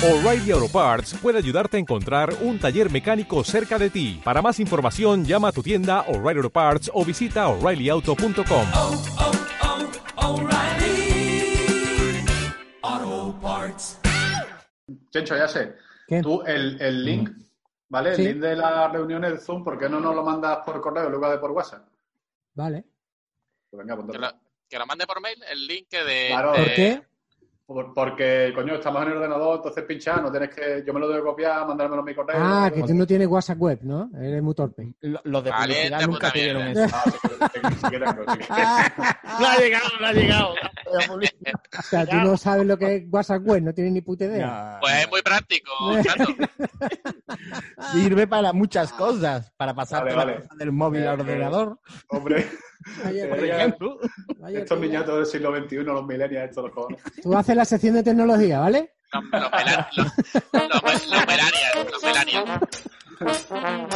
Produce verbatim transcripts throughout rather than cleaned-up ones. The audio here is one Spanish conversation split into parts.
O'Reilly Auto Parts puede ayudarte a encontrar un taller mecánico cerca de ti. Para más información, llama a tu tienda O'Reilly Auto Parts o visita O'Reilly Auto punto com. Oh, oh, oh, O'Reilly Auto Parts. Chencho, ya sé. ¿Qué? Tú, el, el link, ¿vale? Sí. El link de las reuniones de Zoom, ¿por qué no nos lo mandas por correo en lugar de por WhatsApp? Vale. Pues venga, ponte. Que lo, que lo mande por mail, el link de... Claro. de- ¿Por qué? Por- porque, coño, estamos en el ordenador, entonces pinchar, no tienes que... Yo me lo debo copiar, mandármelo a mi correo. Ah, no, que tú no tienes WhatsApp web, ¿no? Eres muy torpe. Lo- Los de Vale, publicidad de nunca puta tuvieron mierda. eso. Ah, sí, sí, sí, sí que tengo, sí que tengo. No ha llegado, no ha llegado. O sea, tú no sabes lo que es WhatsApp web, no tienes ni puta idea. Pues es muy práctico, chato. Sirve para muchas cosas. Para pasarte Vale, vale. las cosas del móvil Eh, al eh, ordenador, Hombre, Vaya, por eh, ejemplo. vaya estos tela. niñatos del siglo veintiuno, los millennials, estos los cojones. Tú haces la sección de tecnología, ¿vale? Los, los, mela- los, los, los millennials, los millennials.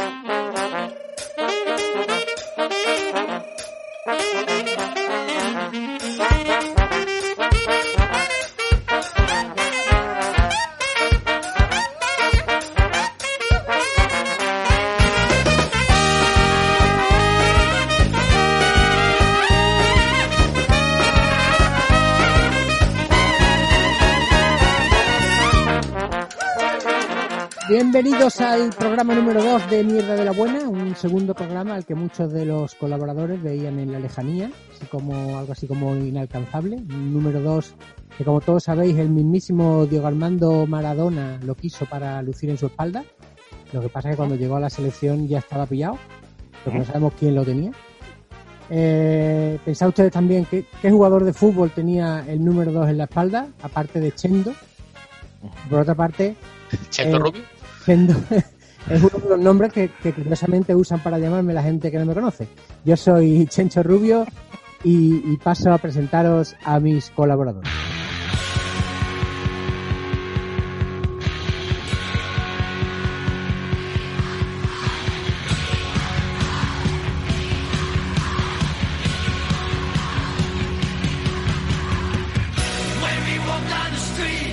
Bienvenidos al programa número dos de Mierda de la Buena, un segundo programa al que muchos de los colaboradores veían en la lejanía, así como algo así como inalcanzable. Un número dos que, como todos sabéis, el mismísimo Diego Armando Maradona lo quiso para lucir en su espalda. Lo que pasa es que cuando llegó a la selección ya estaba pillado, pero no sabemos quién lo tenía. Eh, ¿Pensáis ustedes también que, qué jugador de fútbol tenía el número dos en la espalda, aparte de Chendo? Por otra parte, Cheto Eh, Rubio. Chendo es uno de los nombres que, que curiosamente usan para llamarme la gente que no me conoce. Yo soy Chencho Rubio y, y paso a presentaros a mis colaboradores. When we walk down the street,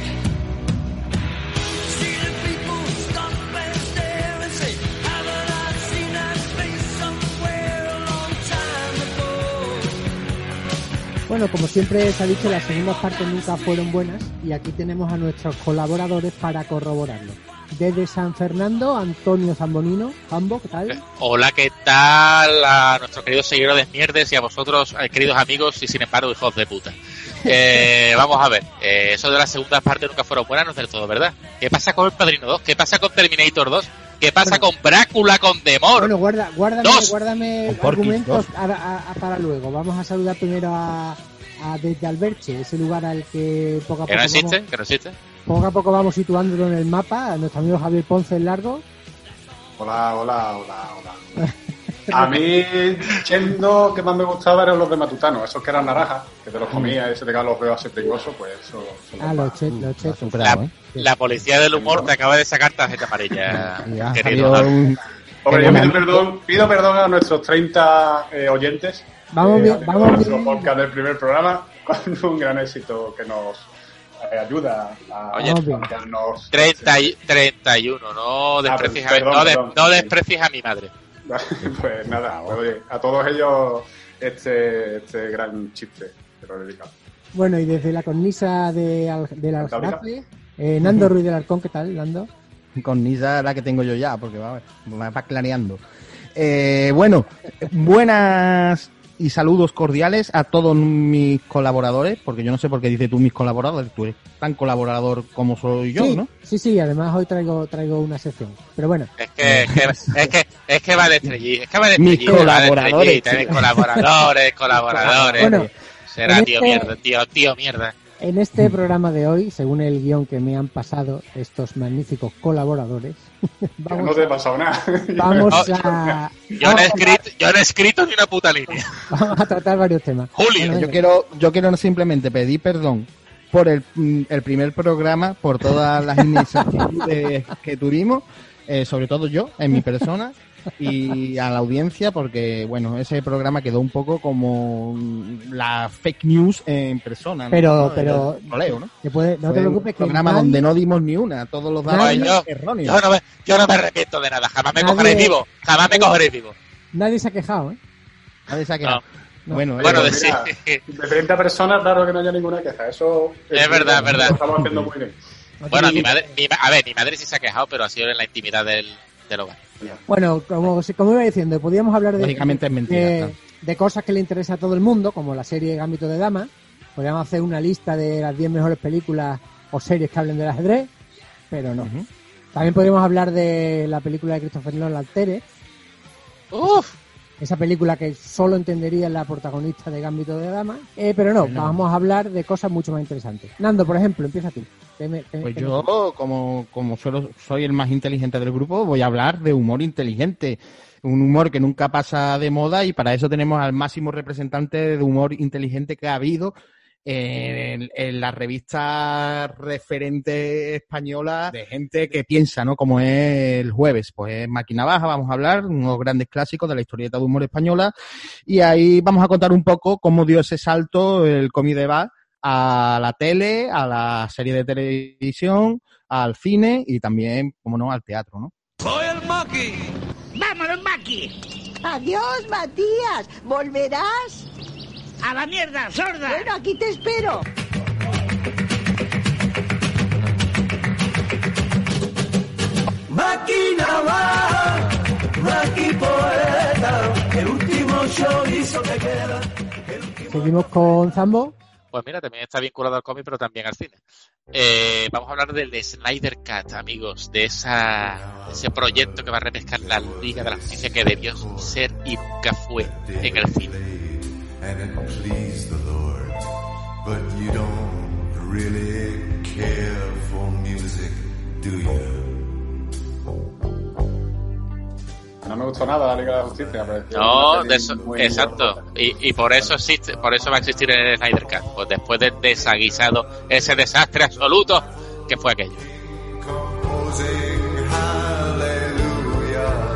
see the people stop and stare and say, haven't I seen that face somewhere a long time ago? Bueno, como siempre se ha dicho, las segundas partes nunca fueron buenas y aquí tenemos a nuestros colaboradores para corroborarlo. Desde San Fernando, Antonio Zambonino. Zambo, ¿qué tal? Hola, ¿qué tal a nuestros queridos seguidores de Mierdes y a vosotros, eh, queridos amigos y sin embargo hijos de puta? Eh, vamos a ver, eh, eso de las segundas partes nunca fueron buenas, no es del todo verdad. ¿Qué pasa con El Padrino dos? ¿Qué pasa con Terminator dos? ¿Qué pasa Bueno. con Drácula, con Demor? Bueno, guarda, guárdame, Dos. guárdame Con Porky's, argumentos dos. a- a- a- para luego. Vamos a saludar primero a, a Desde Alberche, ese lugar al que poco a que poco, no existe, vamos, que no existe. poco a poco vamos situándolo en el mapa. A nuestro amigo Javier Ponce el Largo. Hola, hola, hola, hola. A mí, Chendo, que más me gustaba eran los de Matutano, esos que eran naranjas, que te los comías y se te quedaban los dedos así pringosos, pues eso. son Ah, los los más. che- los Lo ha chetos. superado, La, ¿eh? la policía del humor te acaba de sacar tarjeta amarilla, Y ha querido. salido un- Hombre, Qué yo buena- pido perdón, pido perdón a nuestros treinta eh, oyentes. Vamos eh, bien, haciendo vamos nuestro bien. podcast del primer programa con un gran éxito que nos eh, ayuda a Oye, a nos- treinta y, treinta y uno, no desprecies, Ah, perdón, a, no, des- perdón. no desprecies a mi madre. Pues nada, oye, a todos ellos este, este gran chiste que lo he dedicado. Bueno, y desde la cornisa de Al- del Alcálica. Aljarafe, eh, Nando Ruiz del Arcón, ¿qué tal, Nando? con Nisa la que tengo yo ya, porque va, va va claneando. Eh, bueno, buenas y saludos cordiales a todos mis colaboradores, porque yo no sé por qué dices tú mis colaboradores, tú eres tan colaborador como soy yo, sí, ¿no? sí, sí, además hoy traigo traigo una sección. Pero bueno, Es que, es que, es que, es que va de estrellita, es que va de Mis estrellita, va de colaboradores, estrellita, sí. eres colaboradores, colaboradores. Bueno, Será en tío este- mierda, tío, tío mierda. en este programa de hoy, según el guión que me han pasado estos magníficos colaboradores, Ya vamos, no te he pasado nada. vamos No, a Yo no, vamos he a- escrito, yo no he escrito ni una puta línea. vamos a tratar varios temas. Julio. Bueno, Yo quiero, yo quiero simplemente pedir perdón por el, mm, el primer programa, por todas las inexactitudes que tuvimos eh, sobre todo yo, en mi persona, y a la audiencia, porque, bueno, ese programa quedó un poco como la fake news en persona, ¿no? Pero, ¿no? pero, El troleo, ¿no? que puede, no Fue te preocupes, un que programa nadie- donde no dimos ni una, todos los datos Nadie- yo, erróneos. yo, no me, yo no me arrepiento de nada, jamás me Nadie- cogeréis vivo, jamás me cogeréis vivo. nadie se ha quejado, ¿eh? Nadie se ha quedado. No. Bueno, Bueno, eh, de mira, sí. De treinta personas, claro que no haya ninguna queja. Eso Es verdad, es verdad. Lo estamos haciendo muy bien. No te Bueno, mi preocupes. madre, mi, ma- a ver, mi madre sí se ha quejado, pero ha sido en la intimidad del, del hogar. Bueno, como, como iba diciendo, podríamos hablar de, Lógicamente es mentira, de, claro. de cosas que le interesa a todo el mundo, como la serie Gambito de Dama. Podríamos hacer una lista de las diez mejores películas o series que hablen del ajedrez, pero no. Ujú. También podríamos hablar de la película de Christopher Nolan, Altered, Uf, esa película que solo entendería la protagonista de Gambito de Dama, eh, pero no, Bueno. vamos a hablar de cosas mucho más interesantes. Nando, por ejemplo, empieza tú. Teme- teme- Pues teme- yo, como, como suelo, soy el más inteligente del grupo, voy a hablar de humor inteligente. Un humor que nunca pasa de moda y para eso tenemos al máximo representante de humor inteligente que ha habido en, en la revista referente española de gente que piensa, ¿no? Como es El Jueves. Pues es Máquina Baja, vamos a hablar, unos grandes clásicos de la historieta de humor española. Y ahí vamos a contar un poco cómo dio ese salto el cómic de Bar a la tele, a la serie de televisión, al cine y también, como no, al teatro, ¿no? Soy el Maki. ¡Vámonos, Maki! Adiós, Matías. ¿Volverás? ¡A la mierda, sorda! Bueno, aquí te espero. Máquina baja, Maki poeta, el último chorizo que queda. Seguimos con Zambo. pues mira, también está vinculado al cómic, pero también al cine. Eh, vamos a hablar del de Snyder Cut, amigos, de esa, ese proyecto que va a repescar la Liga de la Justicia que debió ser y nunca fue en el cine. And it pleased the Lord, but you don't really care for music, do you? No me gustó nada la Liga de la Justicia. me pareció No, una de peli eso, muy exacto. Y, y por eso existe, por eso va a existir el Snyder Cut. Pues después del desaguisado, ese desastre absoluto que fue aquello. Composing hallelujah.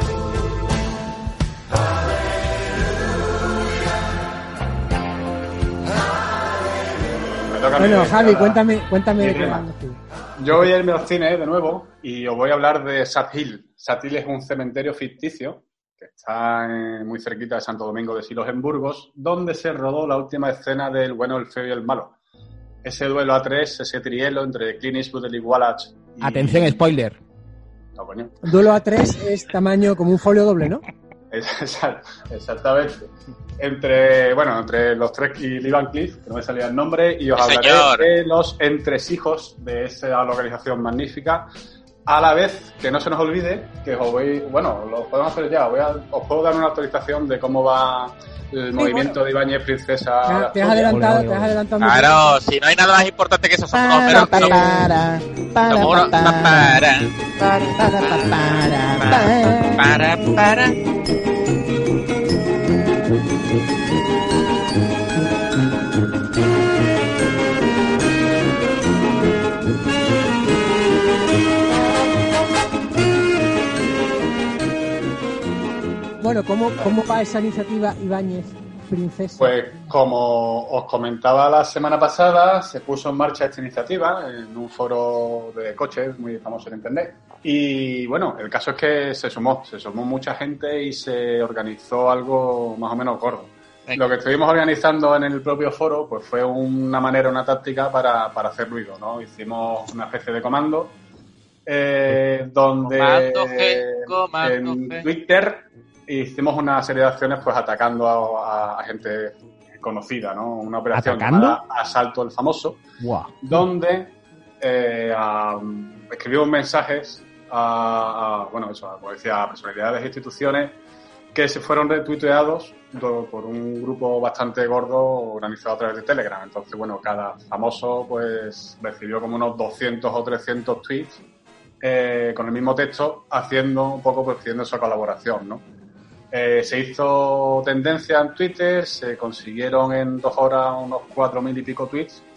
Me toca a mí, Bueno, eh, Javi, ahora. cuéntame, cuéntame de Sí, qué tema. hablas tú. Yo voy a irme al cine de nuevo y os voy a hablar de Sat Hill. Sat Hill es un cementerio ficticio que está en- muy cerquita de Santo Domingo de Silos, en Burgos, donde se rodó la última escena del bueno, el feo y el malo. Ese duelo a tres, ese trielo entre Clint Eastwood, Eli Wallach y... Atención, spoiler. No, coño. Duelo a tres es tamaño como un folio doble, ¿no? Exact- Exactamente. Entre, bueno, entre los tres y Lee Van Cleef, que no me salía el nombre, y os Sí, hablaré señor. de los entresijos de esa localización magnífica. A la vez, que no se nos olvide, que os voy, bueno, lo podemos hacer ya, voy a, os puedo dar una actualización de cómo va el movimiento de Ibáñez Princesa. Te has- te has Asturias. adelantado, Ole, ole, te has ole. adelantado mucho. Claro, si no hay nada más importante que eso, somos unos meros- Para, somos- para, para, somos unos- para, para, para, para, para. para, para. Bueno, ¿cómo, ¿cómo va esa iniciativa Ibáñez Princesa? Pues como os comentaba la semana pasada, se puso en marcha esta iniciativa en un foro de coches muy famoso en Internet. Y bueno, el caso es que se sumó, se sumó mucha gente y se organizó algo más o menos gordo. Lo que estuvimos organizando en el propio foro pues fue una manera, una táctica para, para hacer ruido, ¿no? Hicimos una especie de comando eh, donde Comando G, comando en G. Twitter hicimos una serie de acciones pues atacando a, a- a gente conocida, ¿no? Una operación ¿Atacando? llamada Asalto el Famoso, Guau. donde eh, a- escribimos mensajes a, a, bueno, eso, a, como decía, a personalidades e instituciones que se fueron retuiteados do- por un grupo bastante gordo organizado a través de Telegram. Entonces, bueno, cada famoso pues recibió como unos doscientos o trescientos tweets eh, con el mismo texto, haciendo un poco, pues pidiendo esa colaboración, ¿no? Eh, se hizo tendencia en Twitter, se consiguieron en dos horas unos cuatro mil y pico tweets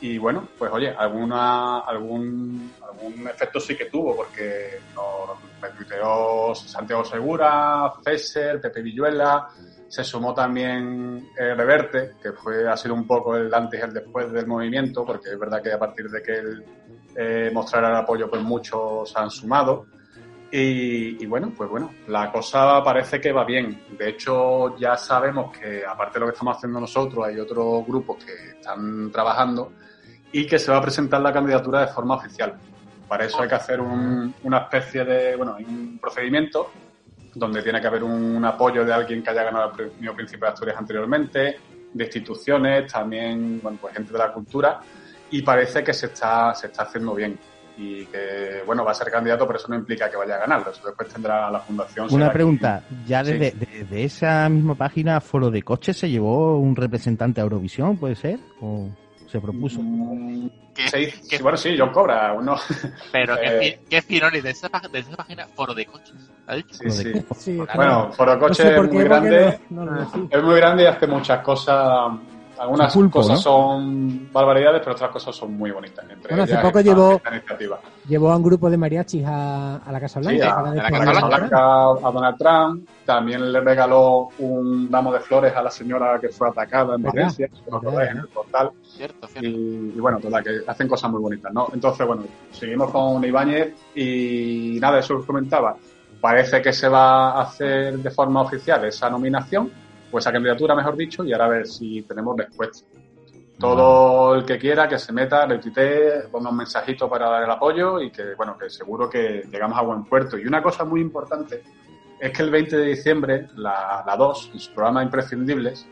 y bueno, pues oye, alguna algún algún efecto sí que tuvo, porque nos retuiteó Santiago Segura, Fesser, Pepe Villuela, se sumó también eh, Reverte, que fue ha sido un poco el antes y el después del movimiento, porque es verdad que a partir de que él eh, mostrara el apoyo, pues muchos se han sumado. Y, y bueno, pues bueno, la cosa parece que va bien. De hecho, ya sabemos que, aparte de lo que estamos haciendo nosotros, hay otros grupos que están trabajando y que se va a presentar la candidatura de forma oficial. Para eso hay que hacer un, una especie de, bueno, hay un procedimiento donde tiene que haber un, un apoyo de alguien que haya ganado el Premio Príncipe de Asturias anteriormente, de instituciones, también, bueno, pues gente de la cultura, y parece que se está, se está haciendo bien. Y que, bueno, va a ser candidato, pero eso no implica que vaya a ganarlo. Eso después tendrá la fundación. Una será pregunta, quien- ya desde Sí. de, de esa misma página, Foro de Coches, ¿se llevó un representante a Eurovisión, puede ser? ¿O se propuso? Mm, ¿Qué- se dice- qué- sí, bueno, sí, John Cobra, uno. Pero qué, Eh, fi- qué firones de esa, pag- de esa página, foro de coches. ¿Ha dicho? Sí, sí. Sí, Bueno, Foro no Coche sé por es qué, muy porque grande. no, no lo decís. Es muy grande y hace muchas cosas. Algunas Su pulpo, cosas ¿no? son barbaridades, pero otras cosas son muy bonitas. Entre Bueno, hace ellas poco esta- llevó- esta iniciativa. Llevó a un grupo de mariachis a, a la Casa Blanca. Sí, a, para a la a despedir Casa la Casa Blanca. Blanca, a Donald Trump. También le regaló un ramo de flores a la señora que fue atacada en ¿Verdad? Valencia, que no ¿Verdad? en el portal. Cierto, cierto. Y, y bueno, total, que hacen cosas muy bonitas, ¿no? Entonces, bueno, seguimos con Ibáñez y nada, eso os comentaba. Parece que se va a hacer de forma oficial esa nominación, o esa candidatura, mejor dicho, y ahora a ver si tenemos respuesta. Todo el que quiera que se meta, retuitee, ponga un mensajito para dar el apoyo y que, bueno, que seguro que llegamos a buen puerto. Y una cosa muy importante es que el veinte de diciembre, la, la dos, en su programa Imprescindibles,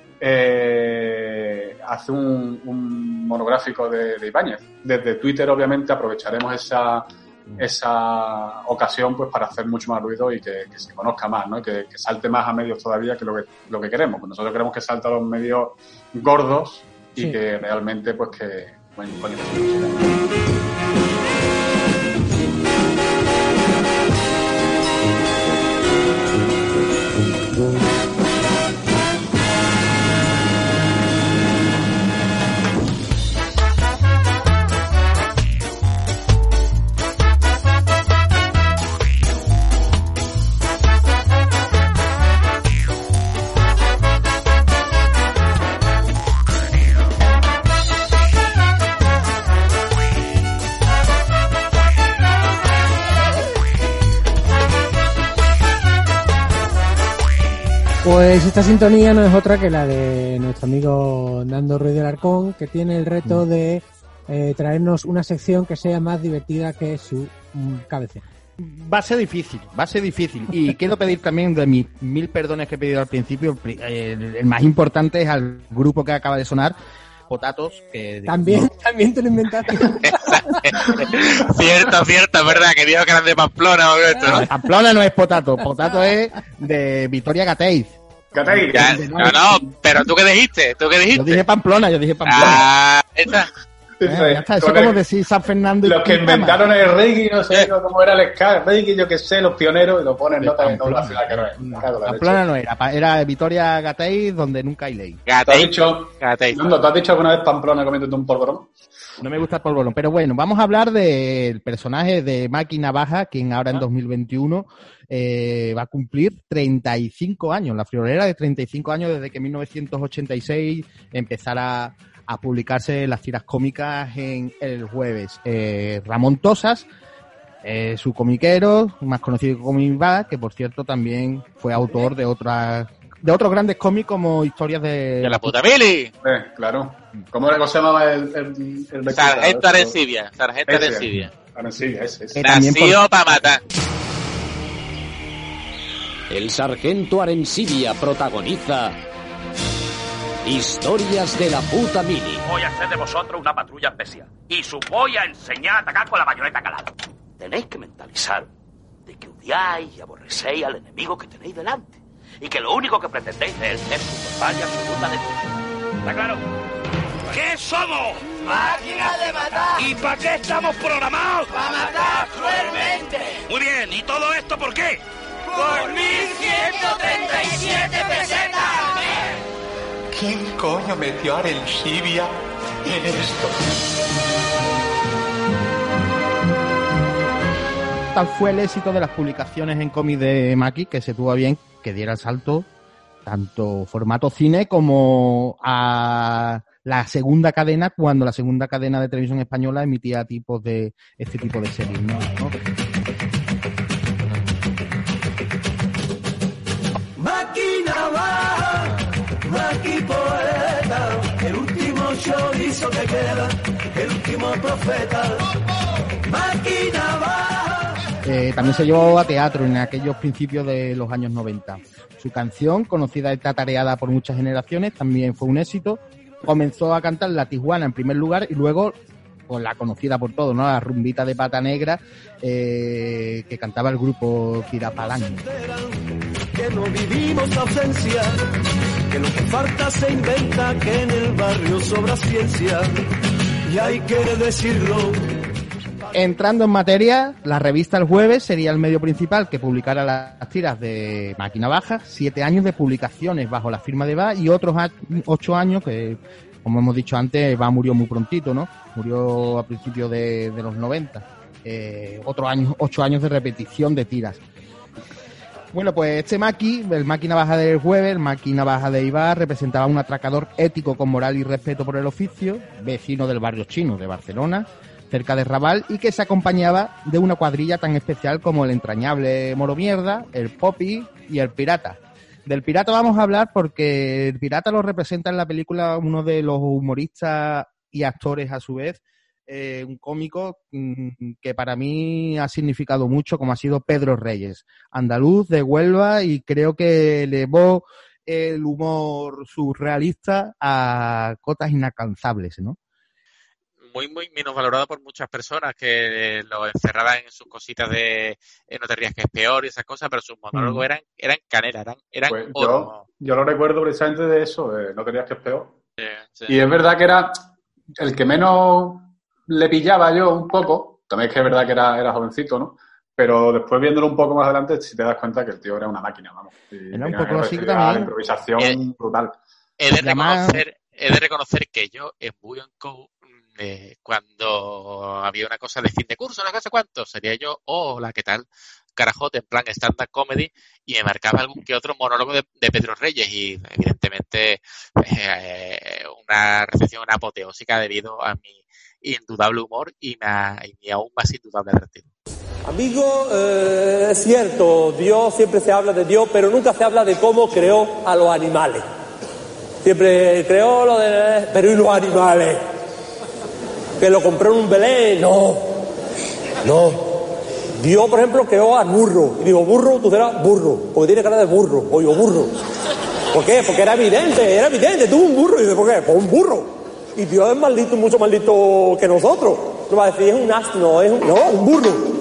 eh, hace un, un monográfico de, de Ibáñez. Desde Twitter, obviamente, aprovecharemos esa, esa ocasión pues para hacer mucho más ruido y que, que se conozca más, ¿no? Que, que salte más a medios todavía que lo que, lo que queremos. Pues nosotros queremos que salte a los medios gordos y Sí. que realmente, pues que, bueno, coño, que se consiga. Pues esta sintonía no es otra que la de nuestro amigo Nando Ruiz del Arcón, que tiene el reto de eh, traernos una sección que sea más divertida que su mm, cabecera. Va a ser difícil, va a ser difícil. Y quiero pedir también de mis mil perdones que he pedido al principio, el, pri- el- el más importante es al grupo que acaba de sonar, Potatos, que También, también te lo inventaste. Cierto, cierto, es verdad, que dijo que eran de Pamplona o esto, No, ¿no? Pamplona no es Potato, Potato es de Victoria Gateiz. Catay, Ya, no, no, pero tú qué dijiste, tú qué Yo dijiste. dije Pamplona, yo dije Pamplona. Ah, esa. Eh, ya está, eso con es como el- decir San Fernando y los que Quintana. inventaron el reggae, no sé cómo era el ska, el reggae, yo que sé, los pioneros, y lo ponen nota de no la ciudad que no es. No, Cago en la Pamplona leche. no era, pa- era Victoria Gateiz donde nunca hay ley. ¿Te has Gatei, dicho, Gatei. Nando, ¿te has dicho alguna vez Pamplona comiéndote un polvorón? No me gusta el polvorón, pero bueno, vamos a hablar del personaje de Maki Navaja, quien ahora en dos mil veintiuno eh, va a cumplir treinta y cinco años, la friolera de treinta y cinco años desde que en mil novecientos ochenta y seis empezara a publicarse las tiras cómicas en el jueves. Eh, Ramón Tosas, eh, su comiquero, más conocido como Comic, que por cierto también fue autor de otras de otros grandes cómics como Historias de... De la puta Mili. Eh, claro. ¿Cómo, era- cómo se llamaba el, el, el reclutador? Sargento Arencibia. Sargento Ese. Arencibia. Arencibia, ese, ese. Eh, también por- Nació para matar. El sargento Arencibia protagoniza Historias de la puta Mili. Voy a hacer de vosotros una patrulla especial. Y os voy a enseñar a atacar con la bayoneta calada. Tenéis que mentalizar de que odiáis y aborrecéis al enemigo que tenéis delante. Y que lo único que pretendéis de él es su total y absoluta destrucción. ¿Está claro? ¿Qué somos? ¡Máquinas de matar! ¿Y para qué estamos programados? ¡Para matar cruelmente! Muy bien, ¿y todo esto por qué? ¡Por mil ciento treinta y siete pesetas! ¿Quién coño metió a Arencibia en esto. Tal fue el éxito de las publicaciones en cómic de Maki que se tuvo bien que diera el salto tanto formato cine como a la segunda cadena, cuando la segunda cadena de televisión española emitía tipos de este tipo de series, ¿no? ¿no? Máquina baja, Maki poeta, el último chorizo que queda, el último profeta. Máquina baja. Eh, también se llevó a teatro en aquellos principios de los años noventa. Su canción, conocida y tatareada por muchas generaciones, también fue un éxito. Comenzó a cantar La Tijuana en primer lugar y luego, pues la conocida por todos, ¿no? La rumbita de Pata Negra, eh, que cantaba el grupo Tirapalán. Que no vivimos ausencia, que lo que falta se inventa, que en el barrio sobra ciencia, y hay que decirlo. Entrando en materia, la revista El Jueves sería el medio principal que publicara las tiras de Máquina Baja, siete años de publicaciones bajo la firma de Va y otros a- ocho años que, como hemos dicho antes, Va murió muy prontito, ¿no? Murió a principios de, de los noventa. Eh, otros años, ocho años de repetición de tiras. Bueno, pues este Maki, el Máquina Baja del Jueves, el Máquina Baja de Ibar, representaba un atracador ético con moral y respeto por el oficio, vecino del barrio chino de Barcelona, cerca de Raval, y que se acompañaba de una cuadrilla tan especial como el entrañable Moro Mierda, el Poppy y el Pirata. Del Pirata vamos a hablar porque el Pirata lo representa en la película uno de los humoristas y actores a su vez, eh, un cómico mmm, que para mí ha significado mucho, como ha sido Pedro Reyes, andaluz de Huelva, y creo que elevó el humor surrealista a cotas inalcanzables, ¿no? Muy, muy menos valorado por muchas personas que lo encerraban en sus cositas de eh, no te rías que es peor y esas cosas, pero sus monólogos Mm. eran, eran canela, eran, eran Pues oro. yo, yo lo recuerdo precisamente de eso, de No querías que es peor. Sí, sí. Y es verdad que era el que menos le pillaba yo un poco. También es que es verdad que era, era jovencito, ¿no? Pero después viéndolo un poco más adelante, si te das cuenta que el tío era una máquina, vamos. Y Era un tenía poco una así capacidad también. de improvisación Eh, brutal. He de Además- reconocer, he de reconocer que yo en Bullion Co, eh, cuando había una cosa de fin de curso, no sé cuánto, sería yo, hola, ¿qué tal? Carajote, en plan stand-up comedy, y me marcaba algún que otro monólogo de, de Pedro Reyes, y evidentemente eh, una recepción apoteósica debido a mi indudable humor y, ma- y mi aún más indudable atractivo. Amigo, eh, es cierto, Dios siempre se habla de Dios, pero nunca se habla de cómo creó a los animales. Siempre creó lo de... Pero ¿y los animales? ¿Que lo compró en un Belén? No, no. Dios, por ejemplo, creó al burro. Y digo, burro, tú serás burro, porque tiene cara de burro. Oye, burro. ¿Por qué? Porque era evidente, era evidente. Tuvo un burro. Y dice, ¿por qué? Pues un burro. Y Dios es más listo, mucho más listo que nosotros. No va a decir, es un asno, es un... No, un burro.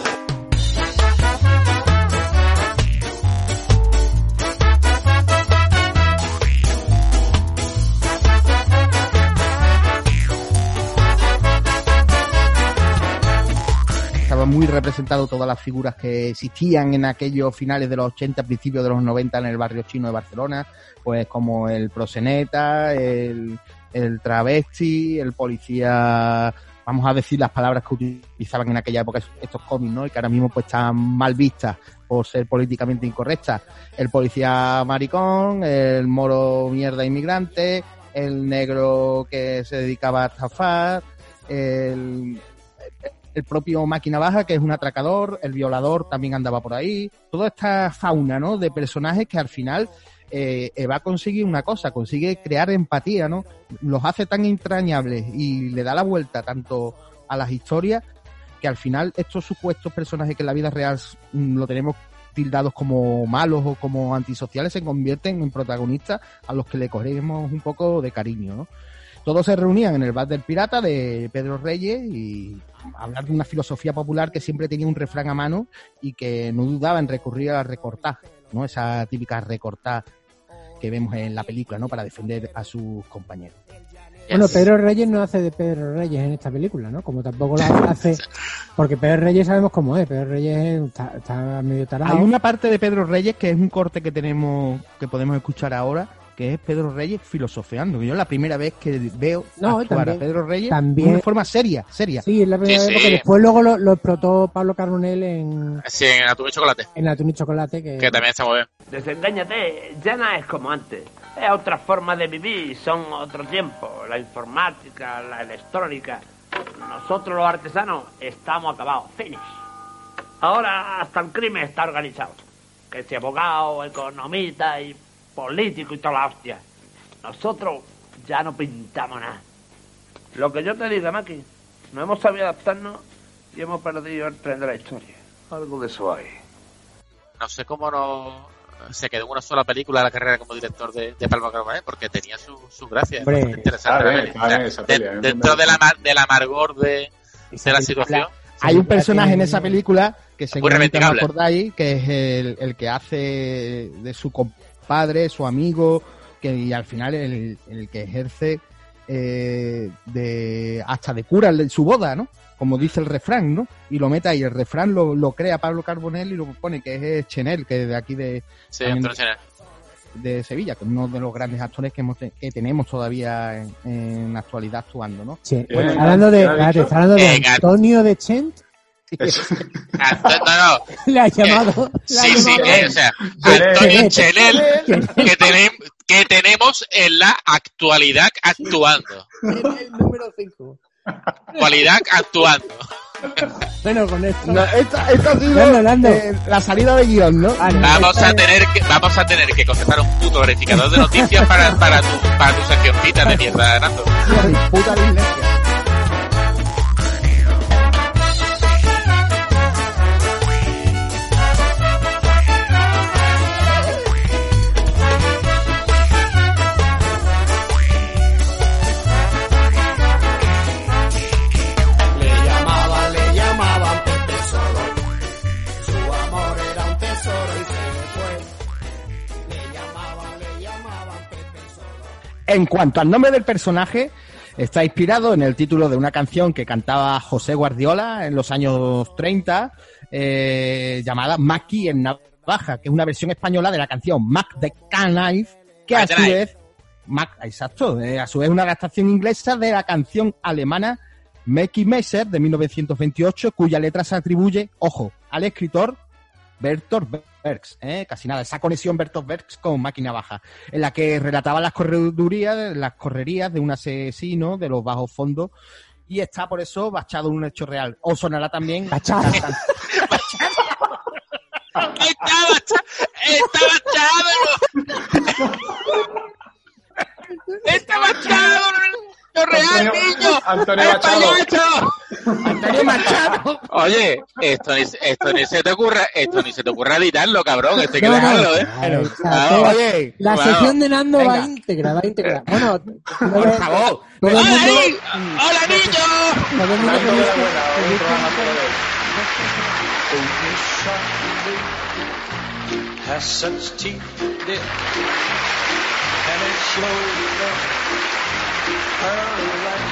Estaba muy representado todas las figuras que existían en aquellos finales de los ochenta, principios de los noventa en el barrio chino de Barcelona, pues como el proxeneta, el, el travesti, el policía, vamos a decir las palabras que utilizaban en aquella época estos cómics, ¿no? Y que ahora mismo pues están mal vistas por ser políticamente incorrectas. El policía maricón, el moro mierda inmigrante, el negro que se dedicaba a estafar, el... el propio Máquina Baja, que es un atracador, el violador también andaba por ahí, toda esta fauna, ¿no?, de personajes que al final eh, va a conseguir una cosa, consigue crear empatía, ¿no? Los hace tan entrañables y le da la vuelta tanto a las historias que al final estos supuestos personajes que en la vida real mm, lo tenemos tildados como malos o como antisociales se convierten en protagonistas a los que le cogemos un poco de cariño, ¿no? Todos se reunían en el bar del Pirata de Pedro Reyes y hablar de una filosofía popular que siempre tenía un refrán a mano y que no dudaba en recurrir a recortar, ¿no? Esa típica recortar que vemos en la película, ¿no?, para defender a sus compañeros. Bueno, Pedro Reyes no hace de Pedro Reyes en esta película, ¿no? Como tampoco lo hace... Porque Pedro Reyes sabemos cómo es. Pedro Reyes está, está medio tarado. Hay una parte de Pedro Reyes que es un corte que tenemos, que podemos escuchar ahora, que es Pedro Reyes filosofeando. Yo es la primera vez que veo No, actuar también- a Pedro Reyes también- de forma seria, seria. Sí, es la primera Sí, vez, sí. porque después luego lo, lo explotó Pablo Carbonell en, Sí, en Atún y Chocolate, en Atún y Chocolate, que, que también está muy bien. Desengáñate, ya no es como antes. Es otra forma de vivir, son otro tiempo. La informática, la electrónica. Nosotros los artesanos estamos acabados, finish. Ahora hasta el crimen está organizado. Que si abogado, economista y político y toda la hostia. Nosotros ya no pintamos nada. Lo que yo te diga, Maki, no hemos sabido adaptarnos y hemos perdido el tren de la historia. Algo de eso hay. No sé cómo no se quedó en una sola película la carrera como director de, de Palma Carbonell, porque tenía su, su gracia. Hombre, bastante interesante. está bien, la peli. está O sea, bien esa de- peli, a mí me dentro gusta. de la, mar- del amargor de, de la situación. Hay un Sí, personaje en tiene- esa película que seguramente os reivindicable. acordáis, que es el, el que hace de su compadre, su amigo, que y al final el, el que ejerce eh, de hasta de cura en su boda, ¿no? Como dice el refrán, ¿no? Y lo mete ahí, el refrán lo, lo crea Pablo Carbonell y lo pone, que es Chenel, que es de aquí de, Sí, también Antonio Chenel. de Sevilla, que es uno de los grandes actores que, hemos, que tenemos todavía en, en la actualidad actuando, ¿no? Sí. Bien, Está hablando de, ¿qué ha espérate, dicho? está hablando de Eh, Gat- Antonio de Chent. Anto- no, no. Le ha llamado. le ha Sí, sí, llamado- eh, o sea, Chenel. Antonio Chenel, Chenel. que, tenem- que tenemos en la actualidad actuando. El número cinco. Actualidad actuando. Bueno, con esto. No, esta, esta ha sido Lando, Lando. eh, la salida de guión, ¿no? Ah, no, Vamos esta a es- tener que, vamos a tener que contratar un puto verificador de noticias para, para tu, para tu seccioncita de mierda, Nando. Puta dislexia. Le llamaban, le llamaban Pepe Solo. Su amor era un tesoro y se fue. Le llamaban, le llamaban Pepe Solo. En cuanto al nombre del personaje, está inspirado en el título de una canción que cantaba José Guardiola en los años treinta, eh, llamada Mackie en Navaja, que es una versión española de la canción Mac the Knife, que a Mac the su Knife. vez, Mac, exacto, eh, a su vez una adaptación inglesa de la canción alemana Mackie Messer de mil novecientos veintiocho, cuya letra se atribuye, ojo, al escritor Bertolt Brecht, ¿eh? Casi nada, esa conexión Bertolt Brecht con Máquina Baja, en la que relataba las corredurías, las correrías de un asesino de los bajos fondos, y está por eso basado en un hecho real. O sonará también... Bachado. cantan- ¡Estaba, cha- estaba chavo! ¡Estaba chavo! ¡Lo real, Antonio- niño! Antonio ¡El Machado. payaso! Antonio Machado. Oye, esto ni, esto ni se te ocurra, esto ni se te ocurra editarlo, cabrón, esto hay que No, no. dejarlo, ¿eh? Claro, o sea, Ah, que oye, la vamos. sección de Nando va Venga. íntegra, va íntegra. Bueno, Por favor. todo el ¡Hola, mundo, ahí! ¡Hola, niño! todo el mundo Nando que de la dice- Buena, que un dice- programa solo de él. Has such teeth, dear, and it slows up her life.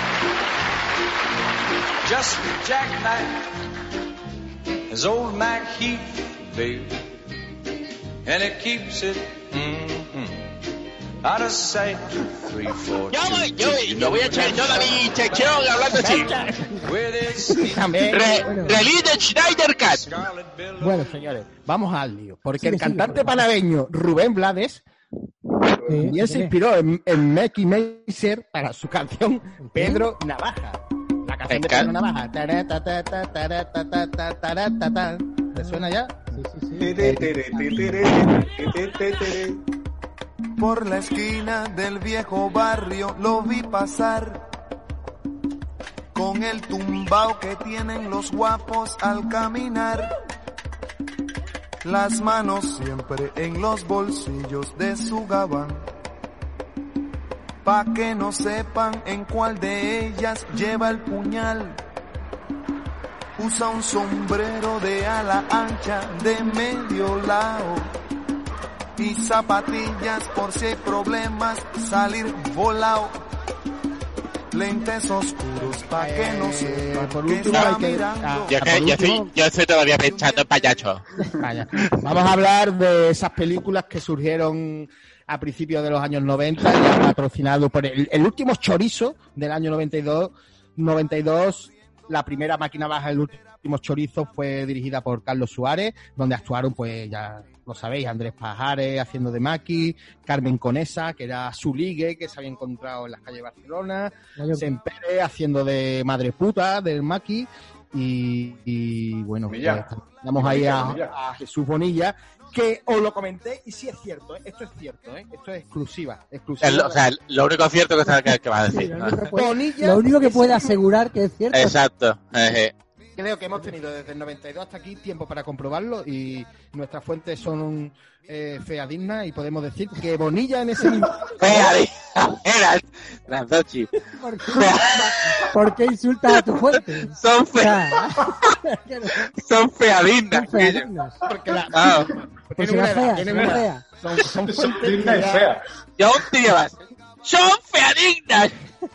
Just jackknife as old Mac Heath, baby, and it keeps it mm-hmm, out of sight. Three, four, Yo voy, two, yo, two, you yo voy a know echar that toda mi sección hablando así. where there's También. Re, Bueno. Release de Schneider Cat. Scarlet Bill. Bueno, señores, vamos al lío. Porque Sigue, el sigue, cantante por favor. panameño Rubén Blades Sí, y él sí, se sí. inspiró en, en Mackie Messer para su canción Pedro Navaja. La canción de Venga. Pedro Navaja. Tara, ta, ta, ta, tara, ta, ta, ta, tara, ta, ta. ¿Te suena ya? Sí, sí, sí. Tere, tere, tere, tere, tere, tere. Por la esquina del viejo barrio lo vi pasar con el tumbao que tienen los guapos al caminar. Las manos siempre en los bolsillos de su gabán, pa' que no sepan en cuál de ellas lleva el puñal. Usa un sombrero de ala ancha de medio lado y zapatillas por si hay problemas salir volado. Lentes oscuros pa' que no Eh, sepan por que último está hay que- mirando. ah, Yo, Ah, que- por yo, estoy, último- yo estoy todavía pensando en payacho. Vaya. Vamos a hablar de esas películas que surgieron a principios de los años noventa, ya patrocinado por el, el último chorizo del año noventa y dos. noventa y dos, la primera máquina baja del último chorizo fue dirigida por Carlos Suárez, donde actuaron, pues ya lo sabéis, Andrés Pajares haciendo de Maki, Carmen Conesa, que era su ligue, que se había encontrado en las calles de Barcelona, Sempere haciendo de madre puta del Maki, y, y bueno, pues, estamos ahí a, a Jesús Bonilla, que os lo comenté, y sí es cierto, ¿eh? Esto es cierto, ¿eh? Esto es exclusiva. exclusiva el, o sea, lo único cierto que, que, que va a decir. Sí, lo, único que puede, Bonilla, lo único que puede asegurar que es cierto. Exacto. Eh, Creo que hemos tenido desde el noventa y dos hasta aquí tiempo para comprobarlo, y nuestras fuentes son eh, feadignas, y podemos decir que Bonilla en ese mismo... Feadignas, eran las dos chicas. ¿Por qué, ¿Por qué insultas a tu fuente? Son feas. Son feadignas. Son feadignas. Porque la... Ah, porque son feas, son feas. Son, son fuentes y feas. Yo un tío más. Son feadignas.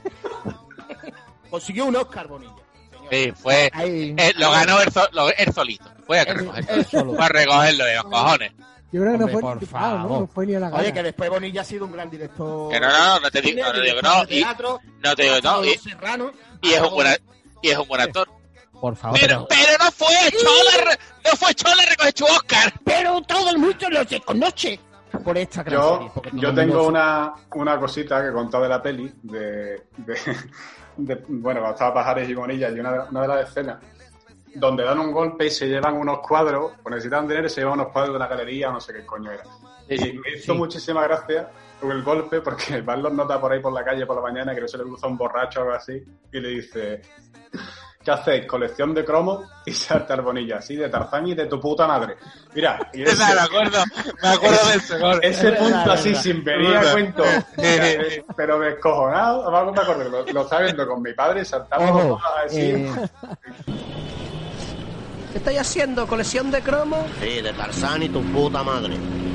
Consiguió un Oscar, Bonilla. Sí, fue, eh, lo ganó él, lo, él solito, fue a recogerlo, fue a recogerlo de los cojones. Yo creo que no Hombre, fue, por claro, favor. ¿no? No fue ni a la gana. Oye, que después Bonilla ha sido un gran director. Que no, no, no te digo, no te digo que no, y, no te digo que no, y, Serrano, y es un buen, y es un buen actor. Por favor. Pero, pero no fue Chola, no fue Chola a recoger su Oscar. Pero todo el mundo lo reconoce. Por esta gran yo, serie, yo tengo una, una cosita que contaba de la peli, de, de, de bueno, cuando estaba Pajares y Bonilla, y una de, una de las escenas donde dan un golpe y se llevan unos cuadros, o necesitan dinero y se llevan unos cuadros de una galería o no sé qué coño era. Y Sí, me hizo sí. muchísima gracia el golpe, porque van los notas por ahí por la calle por la mañana, creo que se le cruza un borracho o algo así, y le dice... ¿Qué hacéis? ¿Colección de cromos? Y salta el Bonilla, así, de Tarzán y de tu puta madre. Mira, y ese, me acuerdo, me acuerdo de ese gol. ese punto así, sin venir a cuento, pero descojonado, vamos a acordar, lo, lo estaba viendo con mi padre y saltamos Ojo, todos así. eh, ¿Qué estáis haciendo? ¿Colección de cromos? Sí, de Tarzán y tu puta madre.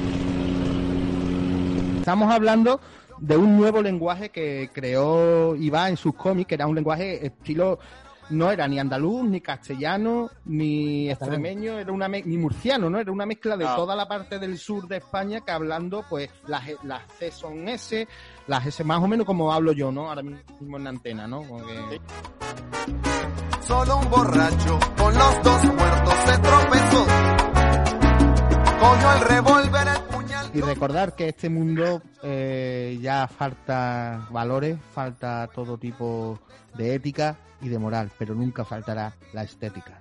Estamos hablando de un nuevo lenguaje que creó Iván en sus cómics, que era un lenguaje estilo... No era ni andaluz, ni castellano, ni extremeño, era una me- ni murciano, ¿no? Era una mezcla de No. toda la parte del sur de España, que hablando, pues, las, las C son S, las S más o menos como hablo yo, ¿no? Ahora mismo en la antena, ¿no? Como que... Solo un borracho con los dos muertos se tropezó. Cogió el revólver, el puñal. Y recordar que este mundo eh, ya falta valores, falta todo tipo de ética y de moral, pero nunca faltará la estética.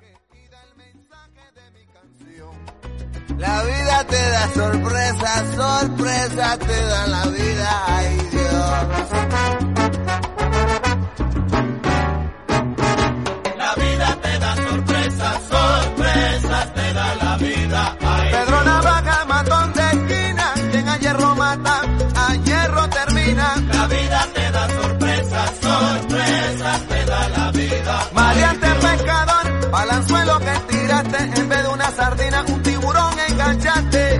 La vida te da sorpresas, sorpresas te da la vida, ay Dios. La vida te da sorpresas, sorpresas te da la vida, ay Dios. Pedro Navaja, matón de esquina, quien a hierro mata, a hierro termina. La vida te da sorpresas, sorpresas te da la vida. Maleante pescador, balanzuelo que tiraste, en vez de una sardina, un tiburón enganchaste.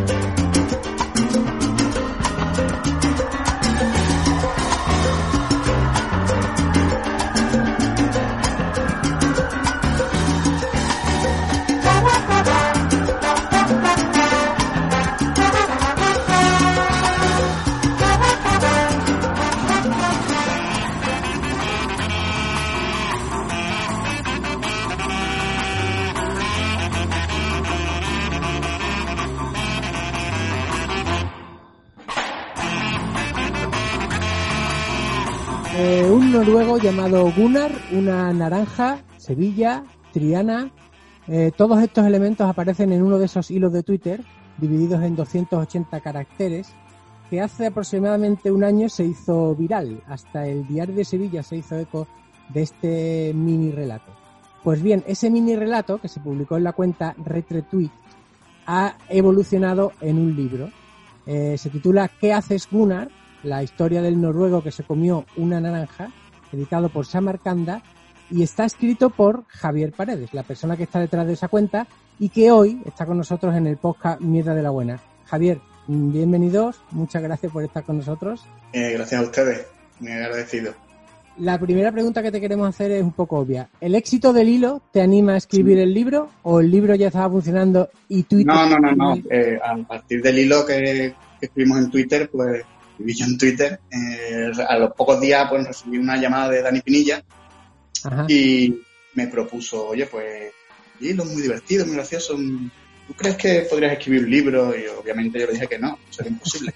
Eh, un noruego llamado Gunnar, una naranja, Sevilla, Triana. Eh, todos estos elementos aparecen en uno de esos hilos de Twitter, divididos en doscientos ochenta caracteres, que hace aproximadamente un año se hizo viral. Hasta el Diario de Sevilla se hizo eco de este mini relato. Pues bien, ese mini relato, que se publicó en la cuenta Retretweet, ha evolucionado en un libro. Eh, se titula ¿Qué haces, Gunnar?, la historia del noruego que se comió una naranja, editado por Samarcanda, y está escrito por Javier Paredes, la persona que está detrás de esa cuenta y que hoy está con nosotros en el podcast Mierda de la Buena. Javier, bienvenidos, muchas gracias por estar con nosotros. Eh, gracias a ustedes, muy agradecido. La primera pregunta que te queremos hacer es un poco obvia. ¿El éxito del hilo te anima a escribir el libro o el libro ya estaba funcionando y Twitter... No, no, no, no. Eh, a partir del hilo que que escribimos en Twitter, pues escribí yo en Twitter. Eh, a los pocos días pues recibí una llamada de Dani Pinilla. Ajá. Y me propuso, oye, pues, hilo muy divertido, muy gracioso. ¿Tú crees que podrías escribir un libro? Y obviamente yo le dije que no, sería imposible.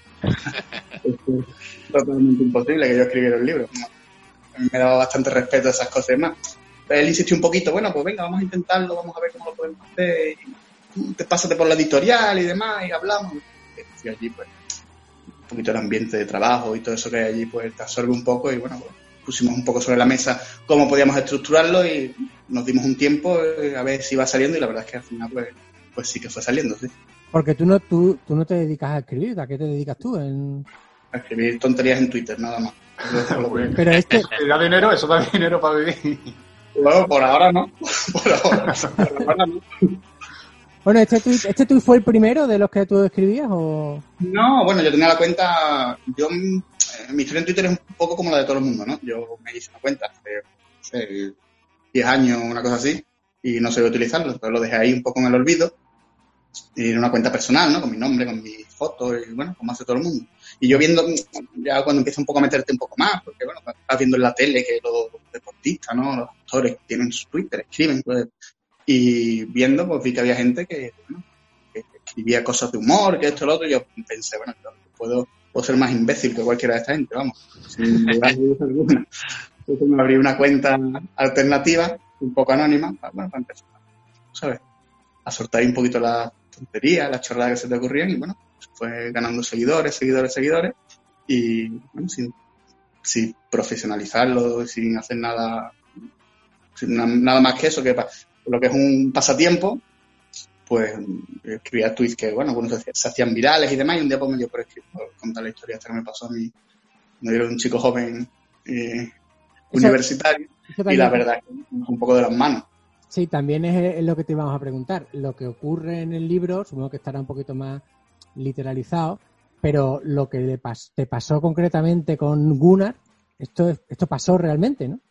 Es totalmente imposible que yo escribiera un libro. A mí me daba bastante respeto a esas cosas y demás. Pero él insistió un poquito, bueno, pues venga, vamos a intentarlo, vamos a ver cómo lo podemos hacer. Y te pásate por la editorial y demás, y hablamos. Y allí, pues, un poquito el ambiente de trabajo y todo eso que hay allí, pues te absorbe un poco y bueno, pues, pusimos un poco sobre la mesa cómo podíamos estructurarlo y nos dimos un tiempo a ver si iba saliendo y la verdad es que al final pues, pues sí que fue saliendo, sí. Porque tú no, tú, tú no te dedicas a escribir, ¿a qué te dedicas tú? En... A escribir tonterías en Twitter, nada más. Pero este... ¿Da dinero? ¿Eso da dinero para vivir? Bueno, por ahora no. Por ahora, por ahora no. Bueno, ¿este tuit, ¿este tuit fue el primero de los que tú escribías o...? No, bueno, yo tenía la cuenta... yo Mi historia en Twitter es un poco como la de todo el mundo, ¿no? Yo me hice una cuenta hace, hace diez años, una cosa así, y no sabía utilizarlo, entonces lo dejé ahí un poco en el olvido. Y era una cuenta personal, ¿no? Con mi nombre, con mis fotos, y bueno, como hace todo el mundo. Y yo viendo, ya cuando empieza un poco a meterte un poco más, porque bueno, estás viendo en la tele que los deportistas, ¿no? Los actores tienen su Twitter, escriben, pues, y viendo, pues vi que había gente que, bueno, que escribía cosas de humor, que esto y lo otro, y yo pensé, bueno, yo puedo, puedo ser más imbécil que cualquiera de esta gente, vamos, sin duda alguna. Entonces me abrí una cuenta alternativa, un poco anónima, para, bueno, para empezar, ¿sabes? A soltar un poquito las tonterías, las chorradas que se te ocurrían, y bueno, se fue ganando seguidores, seguidores, seguidores, y bueno, sin, sin profesionalizarlo, sin hacer nada, sin na, nada más que eso, que pa, lo que es un pasatiempo, pues escribía tweets que, bueno, algunos se, se hacían virales y demás, y un día pues me dio por escribir, por contar la historia esta que me pasó a mí. Me dieron un chico joven eh, universitario, eso y la verdad es que un poco de las manos. Sí, también es, es lo que te íbamos a preguntar. Lo que ocurre en el libro, supongo que estará un poquito más literalizado, pero lo que le pas, te pasó concretamente con Gunnar, esto, esto pasó realmente, ¿no?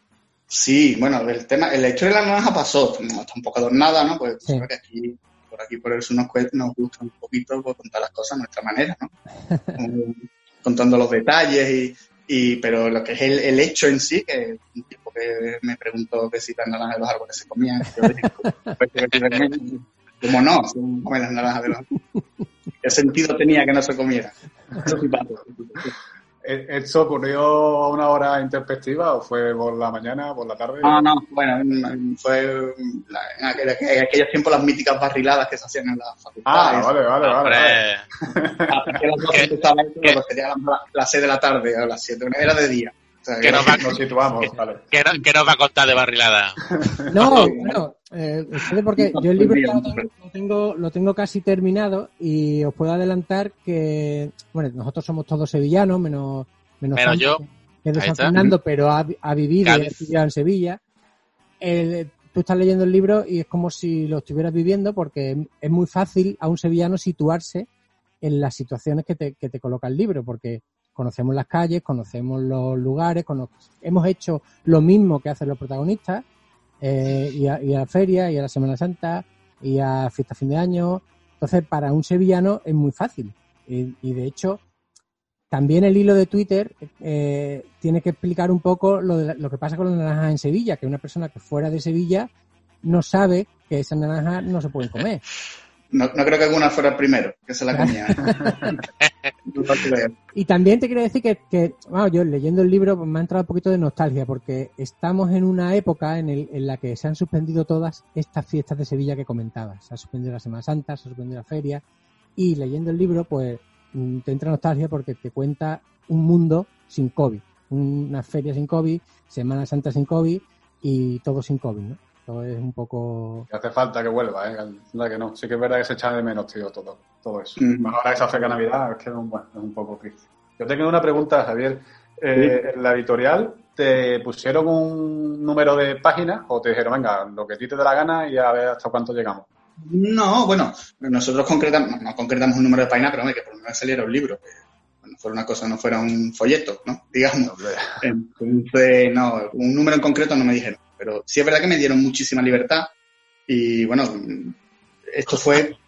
Sí, bueno, el tema, la historia de la naranja pasó, no está un poco adornada, ¿no? Pues sí. Que aquí, por aquí por eso nos, nos gusta un poquito pues, contar las cosas a nuestra manera, ¿no? Como, contando los detalles y, y pero lo que es el, el hecho en sí, que un tipo que me preguntó que si las naranjas de los árboles se comían, yo dije, ¿cómo no? Se comen las naranjas de los árboles. ¿Qué sentido tenía que no se comiera? Eso sí pasó. ¿Esto ocurrió a una hora intempestiva o fue por la mañana, por la tarde? No, no, bueno, fue la, en, aquel, en aquellos tiempos las míticas barriladas que se hacían en la facultad. Ah, vale, vale, vale. Hasta que las doce empezaba esto, pues sería las la seis de la tarde o las siete, era de día. O sea, que, nos, va, nos situamos, que, vale. Que, no, que nos va a contar de barrilada. No, bueno, eh, porque yo el libro ya lo tengo, lo, tengo, lo tengo casi terminado y os puedo adelantar que, bueno, nosotros somos todos sevillanos, menos, menos, menos San, yo, que es de San Fernando, pero ha, ha vivido y ha estudiado en Sevilla. El, tú estás leyendo el libro y es como si lo estuvieras viviendo porque es muy fácil a un sevillano situarse en las situaciones que te, que te coloca el libro, porque conocemos las calles, conocemos los lugares, cono- hemos hecho lo mismo que hacen los protagonistas, eh, y, a, y a la feria, y a la Semana Santa, y a fiesta fin de año. Entonces, para un sevillano es muy fácil. Y, y de hecho, también el hilo de Twitter eh, tiene que explicar un poco lo, de, lo que pasa con las naranjas en Sevilla, que una persona que fuera de Sevilla no sabe que esas naranjas no se pueden comer. No, no creo que alguna fuera el primero que se la comía. Y también te quiero decir que, que bueno, yo leyendo el libro me ha entrado un poquito de nostalgia porque estamos en una época en, el, en la que se han suspendido todas estas fiestas de Sevilla que comentabas. Se ha suspendido la Semana Santa, se ha suspendido la feria, y leyendo el libro pues te entra nostalgia porque te cuenta un mundo sin COVID, una feria sin COVID, Semana Santa sin COVID y todo sin COVID, ¿no? Todo es un poco... Que hace falta que vuelva, ¿eh? Que no. Sí que es verdad que se echa de menos, tío, todo, todo eso. Mm. Ahora que se acerca Navidad, es que bueno, es un poco triste. Yo tengo una pregunta, Javier. Eh, ¿Sí? ¿En la editorial te pusieron un número de páginas o te dijeron, venga, lo que a ti te dé la gana y a ver hasta cuánto llegamos? No, bueno, nosotros concretamos, no concretamos un número de páginas, pero hombre, que por lo menos saliera un libro, que bueno, fuera una cosa, no fuera un folleto, ¿no? Digamos. Entonces, no, un número en concreto no me dijeron. Pero sí es verdad que me dieron muchísima libertad y, bueno, esto fue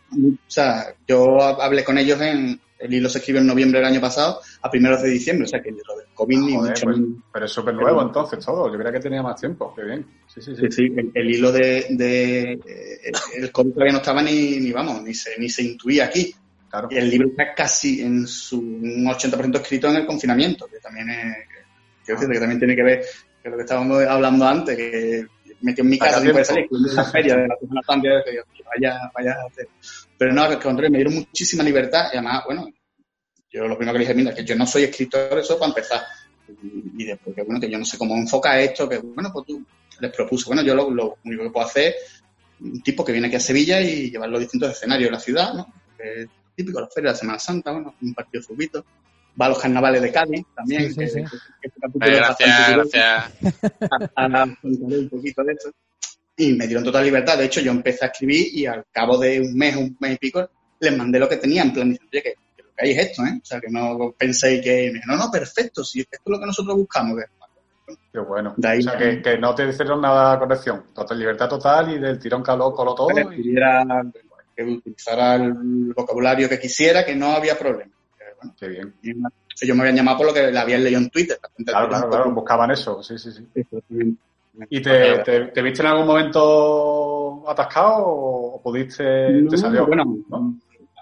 o sea, yo hablé con ellos en... El hilo se escribió en noviembre del año pasado, a primeros de diciembre, o sea que lo del COVID ah, ni joder, mucho pues, menos. Pero es súper nuevo entonces todo, yo creía que tenía más tiempo, qué bien. Sí, sí, sí. Sí, sí, el, el hilo de, de eh, el COVID todavía no estaba ni, ni vamos, ni se, ni se intuía aquí. Claro. Y el libro está casi en su un ochenta por ciento escrito en el confinamiento, que también es, quiero decir, que también tiene que ver con lo que estábamos hablando antes, que metió en mi casa sin poder salir, en la feria de la Semana Santa, vaya, vaya a hacer. Pero no, al contrario, me dieron muchísima libertad y además, bueno, yo lo primero que le dije, mira, que yo no soy escritor, eso para empezar. Y, y después, que bueno, que yo no sé cómo enfoca esto, que bueno, pues tú les propuse, bueno, yo lo, lo único que puedo hacer, un tipo que viene aquí a Sevilla y llevar los distintos escenarios de la ciudad, ¿no? Que es típico, la feria de la Semana Santa, bueno, un partido de futbolito. Va a los carnavales de Cádiz también. Sí, sí, que, sí. Que, que, que eh, gracias, gracias. A, a, a un poquito de eso. Y me dieron total libertad. De hecho, yo empecé a escribir y al cabo de un mes, un mes y pico, les mandé lo que tenía en plan, oye, que, que lo que hay es esto, ¿eh? O sea, que no penséis que... No, no, perfecto, si esto es lo que nosotros buscamos. Que, qué bueno. De ahí, o sea, que, que no te hicieron nada de conexión. Total, libertad total y del tirón caló, coló todo. Que, y... que utilizara el vocabulario que quisiera, que no había problema. Bueno, qué bien. Y una, ellos me habían llamado por lo que le habían leído en Twitter. Claro, claro, claro, buscaban eso, sí, sí, sí. Eso, sí. ¿Y te, te, te viste en algún momento atascado o pudiste, no, te salió? Bueno, no,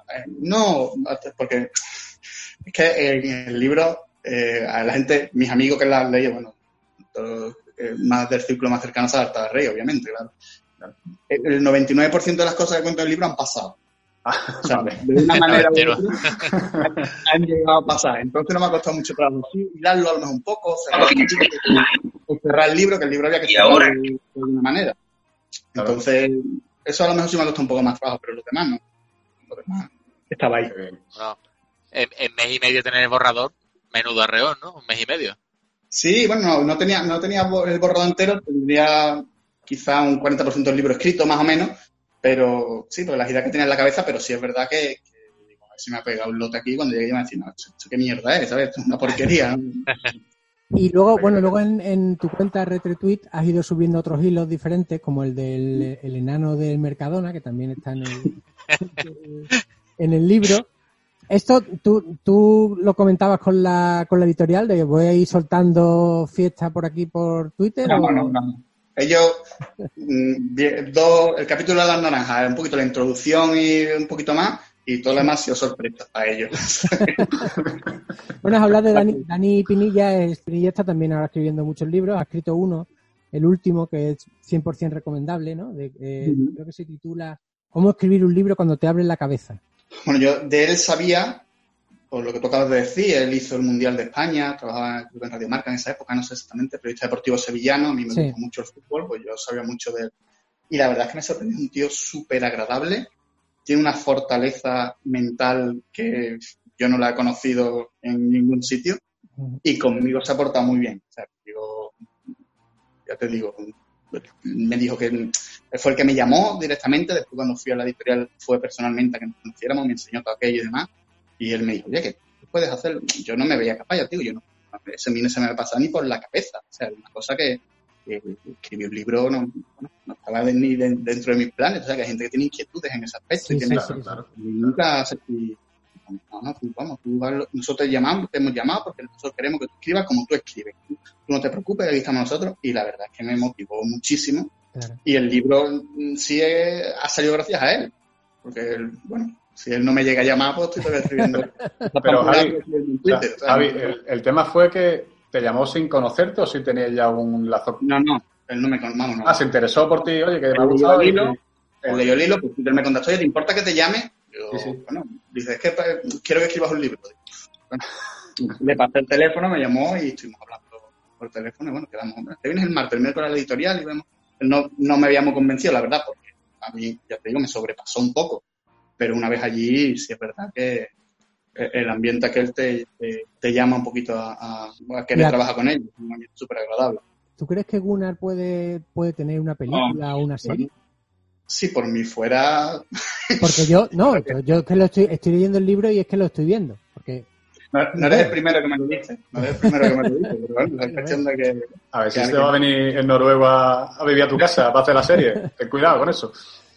no, porque es que en el libro eh, a la gente, mis amigos que la han leído, bueno, todo, eh, más del círculo más cercano a Salta de Rey, obviamente, claro. claro. El noventa y nueve por ciento de las cosas que cuento en el libro han pasado. O sea, de una manera u otra han llegado a pasar. Entonces no me ha costado mucho trabajo. Sí, mirarlo a lo mejor un poco, cerrar, cerrar el libro, que el libro había que cerrarlo de alguna manera. Entonces, eso a lo mejor sí me ha costado un poco más trabajo, pero los demás no. Los demás estaba ahí. No. En, en mes y medio tener el borrador, menudo arreón, ¿no? Un mes y medio. Sí, bueno, no, no tenía no tenía el borrador entero, tendría quizá un cuarenta por ciento del libro escrito, más o menos. Pero sí, porque las ideas que tenía en la cabeza, pero sí es verdad que, que digo, a ver si me ha pegado un lote aquí cuando llegué y me decía, no, esto, esto qué mierda es, ¿sabes? Esto es una porquería, ¿no? Y luego, bueno, luego en, en tu cuenta Retretweet has ido subiendo otros hilos diferentes, como el del el enano del Mercadona, que también está en el, en el libro. Esto, tú, tú lo comentabas con la, con la editorial, de que voy a ir soltando fiesta por aquí por Twitter. No, ¿o? no, no. Ellos, dos, el capítulo de las naranjas, un poquito la introducción y un poquito más, y todo lo demás ha sido sorpresa para ellos. Bueno, has hablado de Dani, Dani Pinilla, Pinilla está también ahora escribiendo muchos libros, ha escrito uno, el último, que es cien por ciento recomendable, ¿no? De, eh, uh-huh. Creo que se titula ¿Cómo escribir un libro cuando te abren la cabeza? Bueno, yo de él sabía, por lo que tú acabas de decir, él hizo el Mundial de España, trabajaba en Radio Marca en esa época, no sé exactamente, periodista deportivo sevillano, a mí me sí. gusta mucho el fútbol, pues yo sabía mucho de él. Y la verdad es que me sorprendió, un tío súper agradable, tiene una fortaleza mental que yo no la he conocido en ningún sitio, uh-huh. y conmigo se ha portado muy bien. O sea, digo, ya te digo, me dijo que fue el que me llamó directamente, después cuando fui a la editorial fue personalmente a que nos conociéramos, me enseñó todo aquello y demás. Y él me dijo, oye, ¿qué puedes hacer? Yo no me veía capaz, ya, tío, yo no, ese mí no se me pasaba ni por la cabeza. O sea, una cosa que, que escribir un libro no, no, no estaba de, ni de, dentro de mis planes. O sea, que hay gente que tiene inquietudes en ese aspecto. Sí, y tiene, sí, claro, claro. Y nunca, y, no, no, tú, vamos, tú, nosotros te llamamos, te hemos llamado porque nosotros queremos que tú escribas como tú escribes. Tú, tú no te preocupes, aquí estamos nosotros. Y la verdad es que me motivó muchísimo. Claro. Y el libro sí es, ha salido gracias a él. Porque, bueno... Si él no me llega a llamar, pues estoy todavía escribiendo. Pero Javi, Twitter, o sea, Javi el, el tema fue que te llamó sin conocerte o si tenías ya un lazo. No, no, él no me conoce. No. Ah, se interesó por ti, oye, que me ha gustado. El hilo, y... leyó el hilo, pues Twitter me contactó, oye, ¿te importa que te llame? Yo, sí, sí. Bueno, dice, es que quiero que escribas un libro. Bueno, le pasé el teléfono, me llamó y estuvimos hablando por teléfono y bueno, quedamos. Te vienes el martes, el miércoles a la editorial y vemos. No, no me habíamos convencido, la verdad, porque a mí, ya te digo, me sobrepasó un poco. Pero una vez allí, sí es verdad que el ambiente aquel te, te, te llama un poquito a, a, a querer ya. trabajar con ellos. Es un ambiente súper agradable. ¿Tú crees que Gunnar puede, puede tener una película o oh, una serie? Bueno, si por mí fuera... Porque yo, no, yo, yo que lo estoy, estoy leyendo el libro y es que lo estoy viendo. Porque No, no eres el primero que me lo dice. No eres el primero que me lo dice. Pero bueno, es cuestión de que... A ver si se va a venir en Noruega a vivir a tu casa para hacer la serie. Ten cuidado con eso.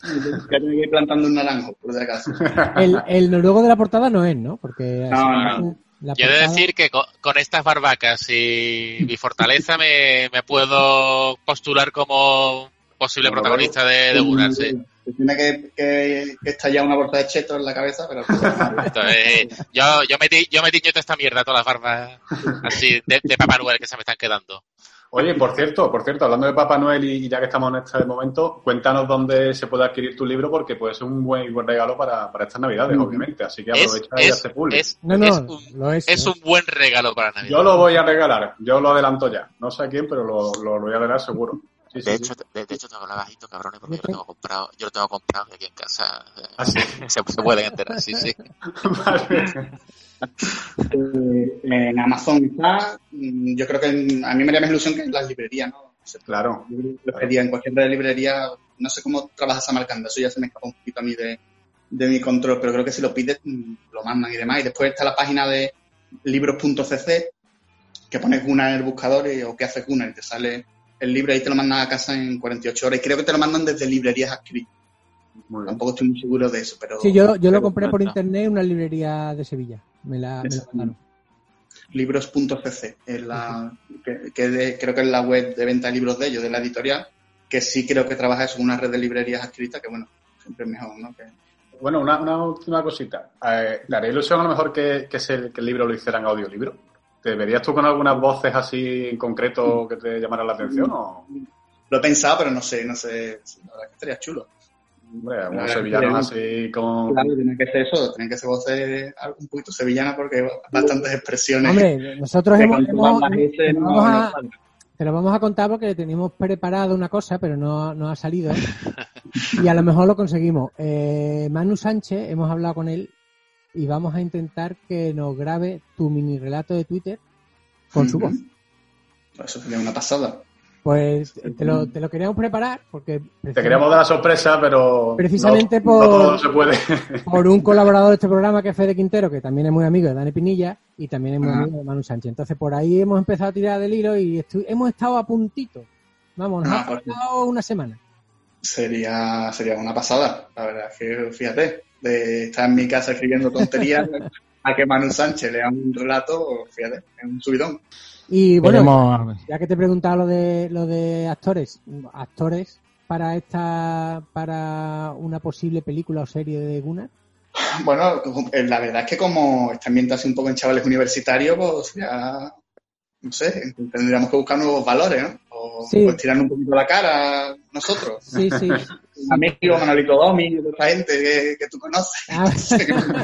Que tiene que ir plantando un naranjo, por si acaso. El, el noruego de la portada no es, ¿no? Porque No, no. la Yo he de portada- decir que con, con estas barbacas y mi fortaleza me, me puedo postular como posible Bueno, protagonista de, de Gunnar, sí. Se tiene que, que, que estallar una bolsa de chetos en la cabeza, pero... Entonces, yo, yo, me, ti- yo me tiño toda esta mierda, todas las barbas así de, de Papá Noel que se me están quedando. Oye, por cierto, por cierto, hablando de Papá Noel y ya que estamos en este momento, cuéntanos dónde se puede adquirir tu libro porque puede ser un buen, buen regalo para, para estas Navidades, Mm. obviamente. Así que Es, aprovecha y es, hazte público. es, No, no, es un, lo es. es ¿no? un buen regalo para Navidad. Yo lo voy a regalar, yo lo adelanto ya. No sé a quién, pero lo, lo voy a regalar seguro. Sí, De sí, hecho, sí. de, de hecho, tengo que hablar bajito, cabrones, porque yo lo tengo comprado, yo lo tengo comprado y aquí en casa eh, ¿Ah, sí? se, se pueden enterar, sí, sí. Vale. Eh, en Amazon está, mm, yo creo que en- a mí me haría más ilusión que en las librerías, ¿no? O sea, Claro. yo creo que lo pedía en cualquier librería, no sé cómo trabaja Samarcanda, eso ya se me escapa un poquito a mí de, de mi control, pero creo que si lo pides, mm, lo mandan y demás. Y después está la página de libros punto c c, que pones Gunnar en el buscador y, o qué hace Gunnar, y te sale el libro y te lo mandan a casa en cuarenta y ocho horas. Y creo que te lo mandan desde librerías adscritas. Muy bien. Tampoco estoy muy seguro de eso, pero... Sí, yo, yo lo pero- compré por internet en una librería de Sevilla. Me la, me la mandaron. libros punto c c, es la, que, que de- creo que es la web de venta de libros de ellos, de la editorial, que sí creo que trabaja eso, una red de librerías adscritas, que bueno, siempre es mejor, ¿no? Que, Bueno, una, una última cosita. Eh, ¿Le haría ilusión a lo mejor que, que, se- que el libro lo hicieran audiolibro? ¿Te verías tú con algunas voces así en concreto que te llamaran la atención? O, lo he pensado, pero no sé, no sé, la verdad que estaría chulo. hombre, La unos verdad sevillanos que- así con... Claro, tienen que ser eso, tienen que ser voces algo un poquito sevillanas porque hay bastantes expresiones. Hombre, nosotros de hemos, controlar hemos- las S, te, lo no- vamos no a, sale. te lo vamos a contar porque teníamos preparado una cosa, pero no, no ha salido. Y a lo mejor lo conseguimos. Eh, Manu Sánchez, hemos hablado con él y vamos a intentar que nos grabe tu mini relato de Twitter con su Ujú. voz. Eso sería una pasada. Pues te lo, te lo queríamos preparar porque Te queríamos dar la sorpresa, pero Precisamente no, por- no todo se puede. por un colaborador de este programa que es Fede Quintero, que también es muy amigo de Dani Pinilla y también es muy Ajá. amigo de Manu Sánchez. Entonces por ahí hemos empezado a tirar del hilo y estu- hemos estado a puntito. Vamos, nos Ah, ha pues sí. faltado una semana. Sería, sería una pasada, la verdad es que fíjate, de estar en mi casa escribiendo tonterías a que Manu Sánchez lea un relato, fíjate, es un subidón. Y bueno, Veremos. ya que te he preguntado lo de lo de actores, actores para esta para una posible película o serie de Gunnar. Bueno, eh, la verdad es que como está ambientado así un poco en chavales universitarios, pues ya, no sé, tendríamos que buscar nuevos valores, ¿no? O Sí. pues tirarnos un poquito la cara nosotros. Sí, sí. Amigo Manolito Domi, toda esta gente que, que tú conoces. Ah, sí,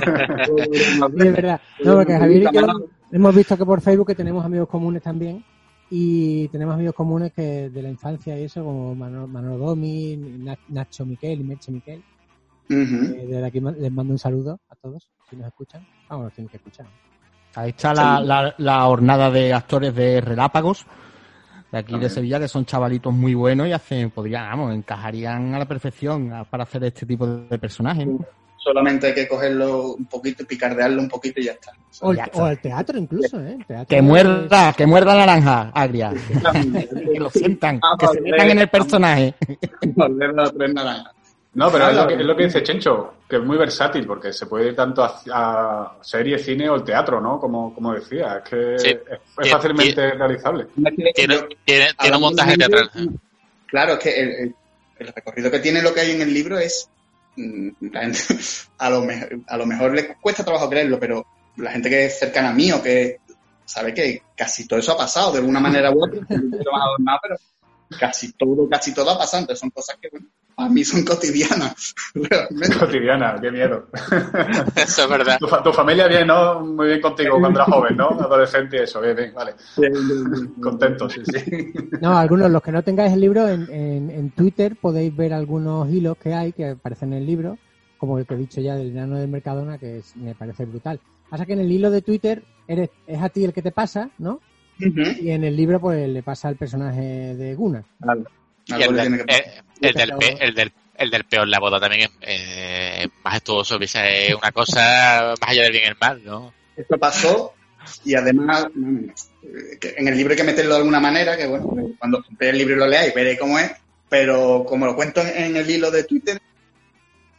es verdad. No, porque Javier y yo hemos visto que por Facebook que tenemos amigos comunes también y tenemos amigos comunes que de la infancia y eso, como Manolo, Manolo Domi, Na- Nacho Miquel y Merche Miquel. Ujú. Eh, desde aquí ma- les mando un saludo a todos, si nos escuchan. Vamos, nos tienen que escuchar. Ahí está la, la, la hornada de actores de Relápagos, de aquí de También. Sevilla, que son chavalitos muy buenos y hacen, podrían, vamos, encajarían a la perfección a- para hacer este tipo de personajes, ¿no? Solamente hay que cogerlo un poquito, picardearlo un poquito y ya está. O el, Ya está. o el teatro incluso, ¿eh? El teatro Que es- muerda, que muerda naranja, agria. Que lo sientan, que se metan en el personaje. Volver a tres naranjas. No, pero es lo, que, es lo que dice Chencho, que es muy versátil, porque se puede ir tanto a, a serie, cine o el teatro, ¿no? Como, como decía, es que Sí. es, es Tiene- fácilmente realizable. Tiene, tiene, tiene un Hablando montaje de teatral. libros, Claro, es que el, el- el recorrido que tiene lo que hay en el libro es... mm, la gente- a, lo mejor, a lo mejor le cuesta trabajo creerlo, pero la gente que es cercana a mí o que sabe que casi todo eso ha pasado de alguna manera u otra, un poquito más adornado, pero casi todo, casi todo ha pasado. Entonces son cosas que, bueno, a mí son cotidianas, realmente. Cotidiana, qué miedo. Eso es verdad. Tu, fa- tu familia bien, ¿no? Muy bien contigo cuando eras joven, ¿no? Adolescente y eso, bien, bien, vale. Contento, sí, sí. No, algunos, los que no tengáis el libro, en, en, en Twitter podéis ver algunos hilos que hay que aparecen en el libro, como el que he dicho ya del enano del Mercadona, que es- me parece brutal. Pasa que en el hilo de Twitter eres, es a ti el que te pasa, ¿no? Ujú. Y en el libro pues le pasa al personaje de Gunnar. Claro. Y Algo el, le del, tiene que pasar. eh, el, del, pe- el, del, el del peor la boda también es eh, majestuoso, es una cosa más allá del bien y el mal, ¿no? Esto pasó y además mm, que en el libro hay que meterlo de alguna manera, que bueno, cuando compréis el libro y lo leáis veréis cómo es, pero como lo cuento en, en el hilo de Twitter,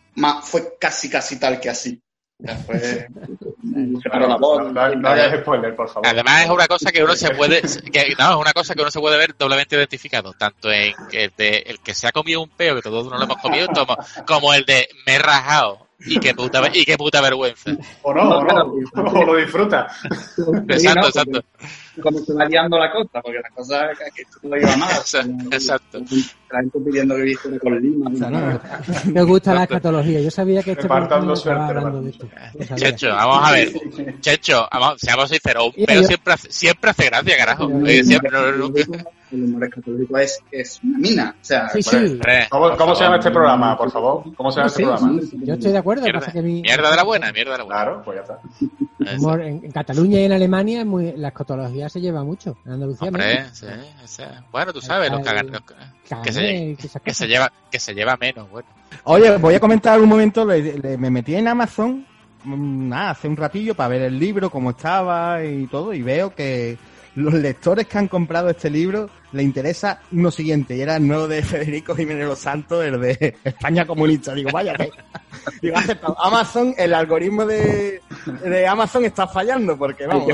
más, fue casi, casi tal que así. O sea, fue... Claro, no, no, no, no hagas spoiler, por favor. Además es una cosa que uno se puede, que, no, es una cosa que uno se puede ver doblemente identificado, tanto en el de el que se ha comido un peo, que todos no lo hemos comido, como, como el de me he rajado y qué puta y qué puta vergüenza. O no, o no, o lo disfruta. Exacto, exacto. Como se va liando la cosa, porque la cosa es que esto no lleva más. Exacto. La gente pidiendo que viene con Lima. O sea, no, me gusta la escatología. Yo sabía que este Repartando programa estaba suerte, hablando de esto. Lo sabía. Checho, vamos a ver. Checho, vamos, seamos sinceros, un Mira, peo yo- siempre hace, siempre hace gracia, carajo. Pero- Eh, siempre, no, no, no. El humor escatológico es, es una mina. O sea, Sí, Hombre, sí. ¿Cómo, cómo se llama este programa, por favor? ¿Cómo se llama este Sí, programa? sí, yo estoy de acuerdo. Lo que Mierda, pasa es que mi- mierda de la buena, mierda de la buena. Claro, pues ya está. el humor en, en Cataluña y en Alemania es muy, la escatología se lleva mucho. En Andalucía Hombre, menos. sí, sí. Bueno, tú sabes, los cagan, los- que, se, Cagané, que esas que se cosas. lleva, que se lleva menos, bueno. Oye, voy a comentar un momento, le- le- me metí en Amazon mm, nada, hace un ratillo para ver el libro, cómo estaba y todo, y veo que los lectores que han comprado este libro le interesa lo siguiente, y era el nuevo de Federico Jiménez Los Santos, el de España Comunista. Digo, vaya que... Digo, ha aceptado. Amazon, el algoritmo de, de Amazon está fallando, porque vamos,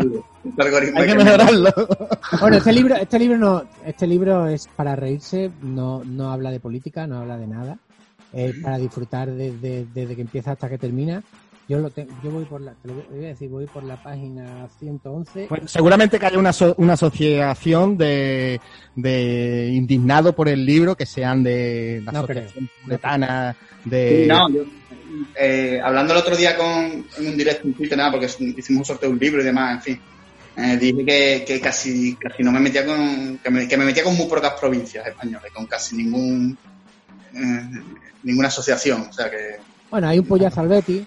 el algoritmo hay que mejorarlo. Bueno, este libro, este libro no, este libro es para reírse, no, no habla de política, no habla de nada, es para disfrutar desde, desde que empieza hasta que termina. Yo lo tengo, yo voy por la, te lo voy a decir, voy por la página ciento once. Pues seguramente que haya una, so- una asociación de, de indignados por el libro, que sean de la No asociación tibetana, de... Sí, no, yo, eh, hablando el otro día con, en un directo en Twitter, nada, porque hicimos un sorteo de un libro y demás, en fin, eh, dije que, que casi casi no me metía con, que me, que me metía con muy pocas provincias españolas, con casi ningún eh, ninguna asociación, o sea que, Bueno, hay un pollazo al Betty.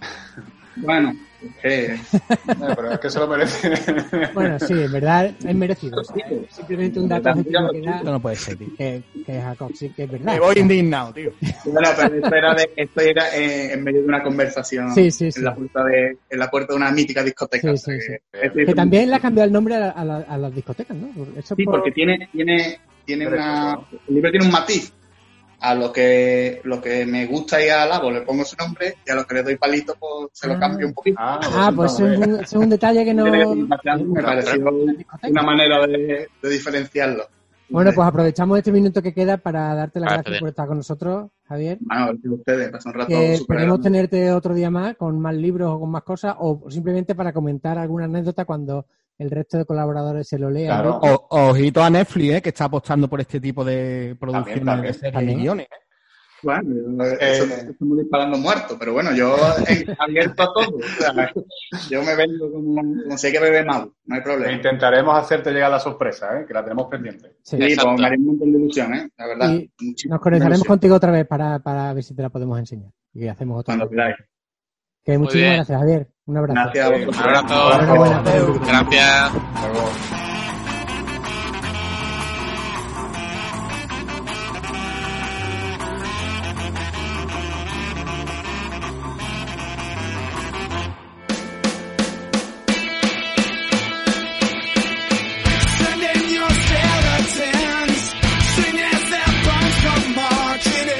bueno, eh, Eh, pero es que se lo merece. Bueno, sí, en verdad es merecido. O sea, es simplemente un dato objetivo que da, Esto no puede ser, tío. que, que Jacob sí que es verdad. Me voy indignado, tío. bueno, pero esto era, de, esto era eh, en medio de una conversación Sí, sí, sí. en la puerta de en la puerta de una mítica discoteca. Sí, o sea sí, que- sí. este- Que también le ha cambiado el nombre a, la- a, la- a las discotecas, ¿no? Eso Sí, por- porque tiene, tiene, tiene Pero una. eso, El libro tiene un matiz. A lo que, lo que me gusta y alabo le pongo su nombre, y a lo que le doy palito, pues se lo Ah. cambio un poquito. Ah, Ah, pues es un, es un detalle que no... Me pareció una manera de, de diferenciarlo. Bueno, pues aprovechamos este minuto que queda para darte las Ah, gracias Fede. por estar con nosotros, Javier. Bueno, a ver si ustedes pasan un rato Que súper esperemos agradable. tenerte otro día más con más libros o con más cosas, o simplemente para comentar alguna anécdota cuando el resto de colaboradores se lo lean. Claro. ¿no? O- ojito a Netflix, ¿eh? Que está apostando por este tipo de producciones también, de series también. y guiones. ¿eh? Bueno, eso, Eh, estamos disparando muertos, pero bueno, yo he abierto a todo. O sea, yo me vendo como, como si hay que beber mal, no hay E problema. intentaremos hacerte llegar la sorpresa, ¿eh? Que la tenemos pendiente. Sí. Sí, Exacto. pues me haría un montón de ilusión, ¿eh? La verdad. Y muchísima Nos conectaremos ilusión. contigo otra vez para, para ver si te la podemos enseñar. Y hacemos otra. Cuando queráis. Que muchísimas bien. gracias, Javier. Un abrazo. Gracias a vosotros. Un abrazo. Enhorabuena por el libro. Gracias. Luego, Sending your skeletons, soon as their bones come marching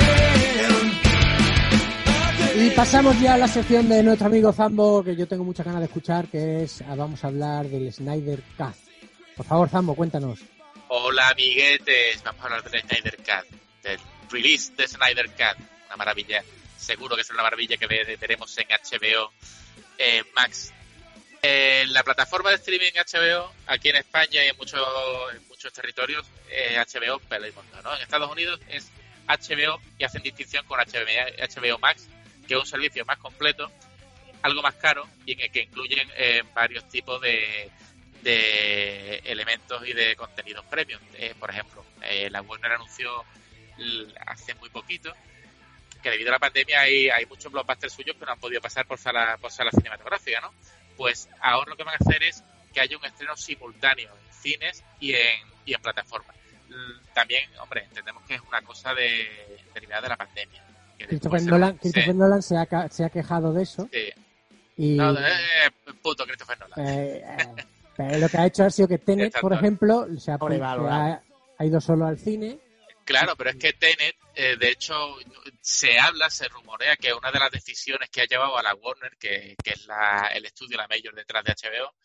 in. Y pasamos ya a la sección de nuestro amigo Zambo, que yo tengo muchas ganas de escuchar, que es, ah, vamos a hablar del Snyder Cut. Por favor, Zambo, cuéntanos. Hola, amiguetes. Vamos a hablar del Snyder Cut, del release de Snyder Cut. Una maravilla. Seguro que es una maravilla que ve- veremos en H B O eh, Max. Eh, la plataforma de streaming H B O, aquí en España y en muchos, en muchos territorios, eh, H B O pela y monta, ¿no? En Estados Unidos es H B O y hacen distinción con H B O Max, que es un servicio más completo, algo más caro y en el que incluyen eh, varios tipos de, de elementos y de contenidos premium. Eh, por ejemplo, eh, la Warner anunció l- hace muy poquito que debido a la pandemia hay, hay muchos blockbusters suyos que no han podido pasar por sala, por sala cinematográfica, ¿no? Pues ahora lo que van a hacer es que haya un estreno simultáneo en cines y en, y en plataformas. L- También, hombre, entendemos que es una cosa de derivada de la pandemia. Que Christopher después se- Nolan, sí, Christopher Nolan se, ha, ca- se ha quejado de eso. sí. Y, No, eh, puto Christopher Nolan. eh, eh, pero lo que ha hecho ha sido que Tenet, Exacto. por ejemplo, se ha, Sobrevalorado. se ha, ha ido solo al cine. Claro, pero es que Tenet, eh, de hecho, se habla, se rumorea que una de las decisiones que ha llevado a la Warner, que, que es la, el estudio, la mayor detrás de H B O,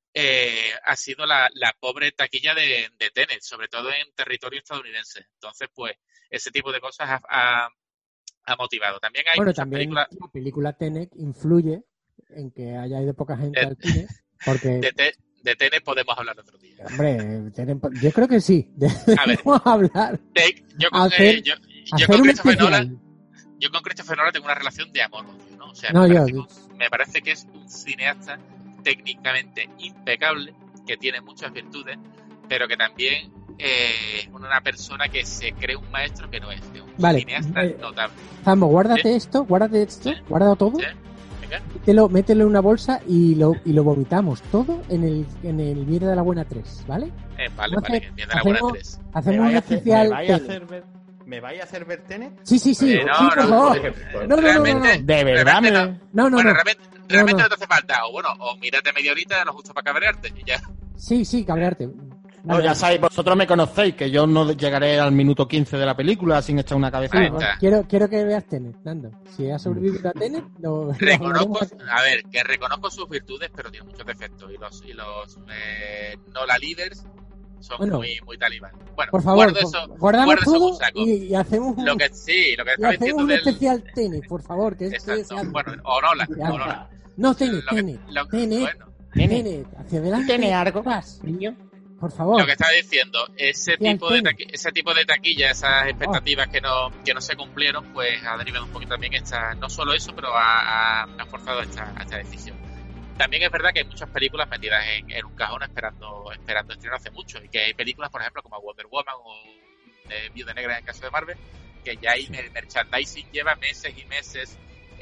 eh, ha sido la, la pobre taquilla de, de Tenet, sobre todo en territorio estadounidense. Entonces, pues, ese tipo de cosas ha, ha, ha motivado. También hay bueno, muchas también películas... la película Tenet influye en que haya ido poca gente de, al cine, porque... De, te, de Tenet podemos hablar otro día. Hombre, Tenet, yo creo que sí. A ver, vamos a hablar. Te, yo con, hacer, eh, yo, yo con Christopher Nolan, yo con Christopher Nolan tengo una relación de amor-odio, ¿no? O sea, no, me, yo, parece yo. Que, me parece que es un cineasta técnicamente impecable, que tiene muchas virtudes, pero que también es eh, una persona que se cree un maestro que no es, es un vale. cineasta eh, notable. Zambo, guárdate ¿Sí? esto, guárdate esto, ¿Sí? guárdalo todo. ¿Sí? Mételo, mételo en una bolsa y lo, y lo vomitamos todo en el, en el Mierda de la Buena tres, ¿vale? Eh, vale, Entonces, vale, Mierda de la Buena hacemos, tres. Hacemos un especial. ¿Me vais a hacer ver, ¿me vais a hacer ver Tenet? Sí, sí, sí. Eh, no, sí, por no, favor. no, no, no, realmente, no, no. De verdad, me... no. No, no, bueno, no. realmente, realmente no, no. no te hace falta. O bueno, o mírate media horita, lo justo para cabrearte y ya. Sí, sí, cabrearte. No, ya sabéis, vosotros me conocéis, que yo no llegaré al minuto quince de la película sin echar una cabeza. Ahí ¿no? está. Quiero, quiero que veas Tenet, Nando. Si has sobrevivido a Tenet, lo, Reconozco, lo a ver, que reconozco sus virtudes, pero tiene muchos defectos. Y los, y los eh, Nola leaders son bueno, muy, muy talibán. Bueno, por favor, guardo eso, guardamos guardo eso todo un saco. y, y hacemos un, lo que sí, lo que y estaba hacemos diciendo un del... especial Tenet, por favor. Que es, que Exacto. sea... Bueno, o Nola, o Nola. No, Tenet, Lo que- Tenet, lo- Tenet, bueno. Tenet, hacia adelante. ¿Tiene algo? Atrás. Niño. Por favor. Lo que estaba diciendo, ese Sí, al tipo de Tenet. taqui- ese tipo de taquilla, esas expectativas que no que no se cumplieron, pues ha derivado un poquito también esta, no solo eso, pero ha, ha, ha forzado esta, esta decisión. También es verdad que hay muchas películas metidas en, en un cajón esperando esperando estreno hace mucho, y que hay películas, por ejemplo, como Wonder Woman o eh, Viuda Negra en el caso de Marvel, que ya hay el merchandising lleva meses y meses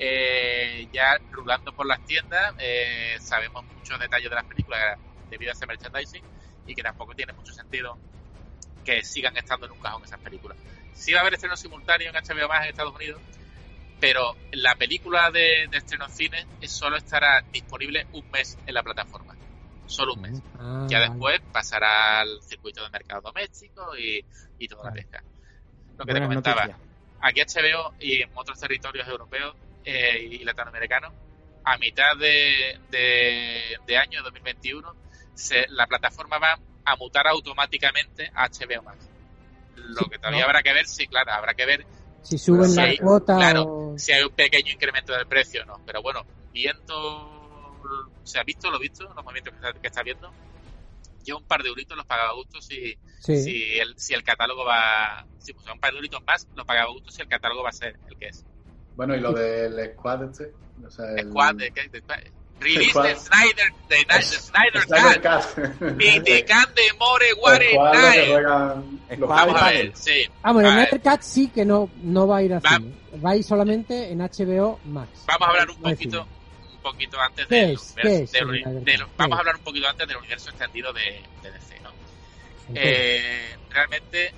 eh, ya rulando por las tiendas. Eh, sabemos muchos detalles de las películas debido a ese merchandising, y que tampoco tiene mucho sentido que sigan estando en un cajón esas películas. Sí va a haber estreno simultáneo en H B O Max en Estados Unidos, pero la película de, de estreno en cine solo estará disponible un mes en la plataforma. Solo un mes. Ah, Ya vale. después pasará al circuito de mercado doméstico y, y toda la pesca. Lo que te Buenas comentaba, noticias. aquí H B O y en otros territorios europeos eh, y latinoamericanos, a mitad de, de, de año dos mil veintiuno, se, la plataforma va a mutar automáticamente a H B O Max. Lo Sí, que todavía ¿no? habrá que ver, sí, claro, habrá que ver Si suben si la hay, cuota claro, o... si hay un pequeño incremento del precio o no. Pero bueno, viendo, se ha visto, lo visto, los movimientos que está, que está viendo, yo un par de euritos los pagaba a gusto si, Sí. si, el, si el catálogo va, si pues, un par de euritos más los pagaba a gusto si el catálogo va a ser el que es. Bueno, y lo del Squad este, o sea, el... Squad, de, de, de, release Squad. the Snyder, the, the Snyder Snyder Cut, Cut. y te can de more what it Squad, lo que night. juegan los Vamos a padres. ver, sí. Ah, bueno, A ver, Snyder Cut sí que no, no va a ir a Va- cine. Va a ir solamente en H B O Max. Vamos a hablar un No hay poquito, cine. un poquito antes ¿Qué del es? universo, ¿Qué es del el uni- Snyder del- Cut? vamos ¿Qué a hablar un poquito antes del universo extendido de, de D C, ¿no? Ok. Eh, realmente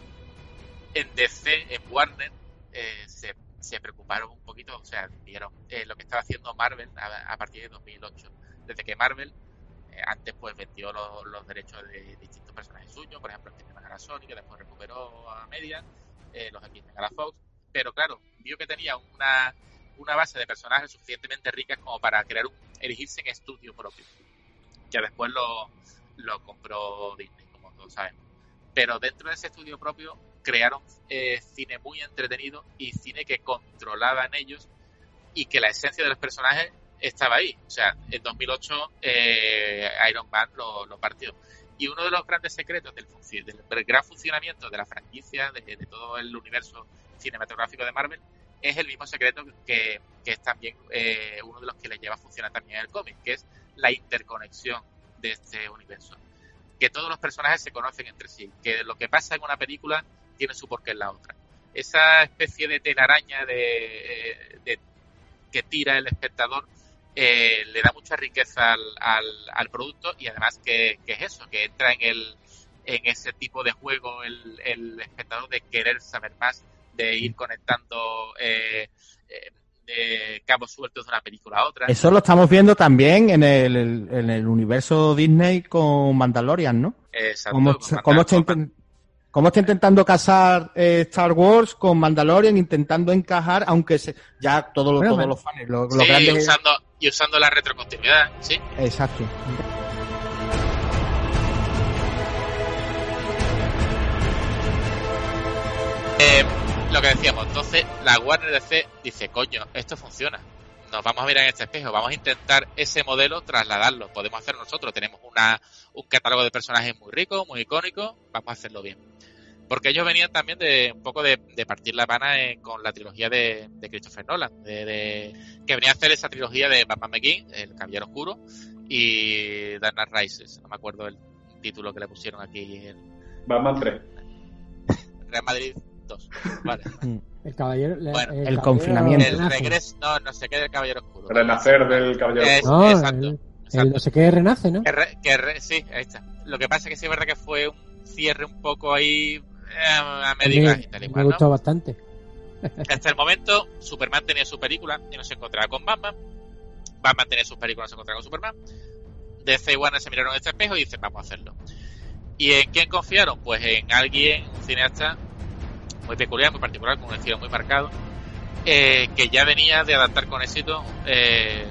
en D C, en Warner, eh, se, se preocuparon un poquito, o sea, vieron eh, lo que estaba haciendo Marvel a, a partir de dos mil ocho. Desde que Marvel eh, antes pues vendió los, los derechos de distintos personajes suyos, por ejemplo, el X-Men a la Sony, que después recuperó a Media, eh, los X-Men a la Fox, pero claro, vio que tenía una, una base de personajes suficientemente ricas como para crear un, erigirse en estudio propio. Ya después lo, lo compró Disney, como todos sabemos. Pero dentro de ese estudio propio crearon eh, cine muy entretenido y cine que controlaban ellos, y que la esencia de los personajes estaba ahí. O sea, en dos mil ocho eh, Iron Man lo, lo partió. Y uno de los grandes secretos del, func- del gran funcionamiento de la franquicia, de, de todo el universo cinematográfico de Marvel, es el mismo secreto que, que es también eh, uno de los que le lleva a funcionar también en el cómic, que es la interconexión de este universo. Que todos los personajes se conocen entre sí, que lo que pasa en una película tiene su porqué en la otra. Esa especie de telaraña de, de, que tira el espectador eh, le da mucha riqueza al, al, al producto, y además que, que es eso, que entra en el en ese tipo de juego el, el espectador de querer saber más, de ir conectando eh, eh, de cabos sueltos de una película a otra. Eso lo estamos viendo también en el, en el universo Disney con Mandalorian, ¿no? Exacto, ¿Cómo, con cómo Mandal- está con inten- ¿Cómo está intentando casar eh, Star Wars con Mandalorian, intentando encajar, aunque se, ya todos los, Bueno, todos man. los fans, los, Sí, los grandes... usando, y usando la retrocontinuidad, sí. Exacto. Eh, lo que decíamos, entonces la Warner D C dice, coño, esto funciona. Nos vamos a mirar en este espejo, vamos a intentar ese modelo trasladarlo. Podemos hacerlo nosotros, tenemos una un catálogo de personajes muy rico, muy icónico, vamos a hacerlo bien. Porque ellos venían también de un poco de, de partir la pana en, con la trilogía de, de Christopher Nolan, de, de, que venía a hacer esa trilogía de Batman Begins, El Caballero Oscuro, y Dark Knight Rises. No me acuerdo el título que le pusieron aquí. El... Batman tres. Real Madrid dos. Vale. El caballero. Bueno, el, el caballero confinamiento. El renace. regreso, no, no sé qué del Caballero Oscuro. El renacer del Caballero Es- Oscuro. No, exacto, el, exacto. el no sé qué renace, ¿no? Que re- que re- sí, ahí está. Lo que pasa es que sí es verdad que fue un cierre un poco ahí eh, a A medio mí gas y tal y me cual, ¿no? gustó bastante. Hasta el momento, Superman tenía su película y no se encontraba con Batman. Batman tenía sus películas y no se encontraba con Superman. D C y Warner se miraron en este espejo y dicen, vamos a hacerlo. ¿Y en quién confiaron? Pues en alguien, un cineasta muy peculiar, muy particular, con un estilo muy marcado, eh, que ya venía de adaptar con éxito eh,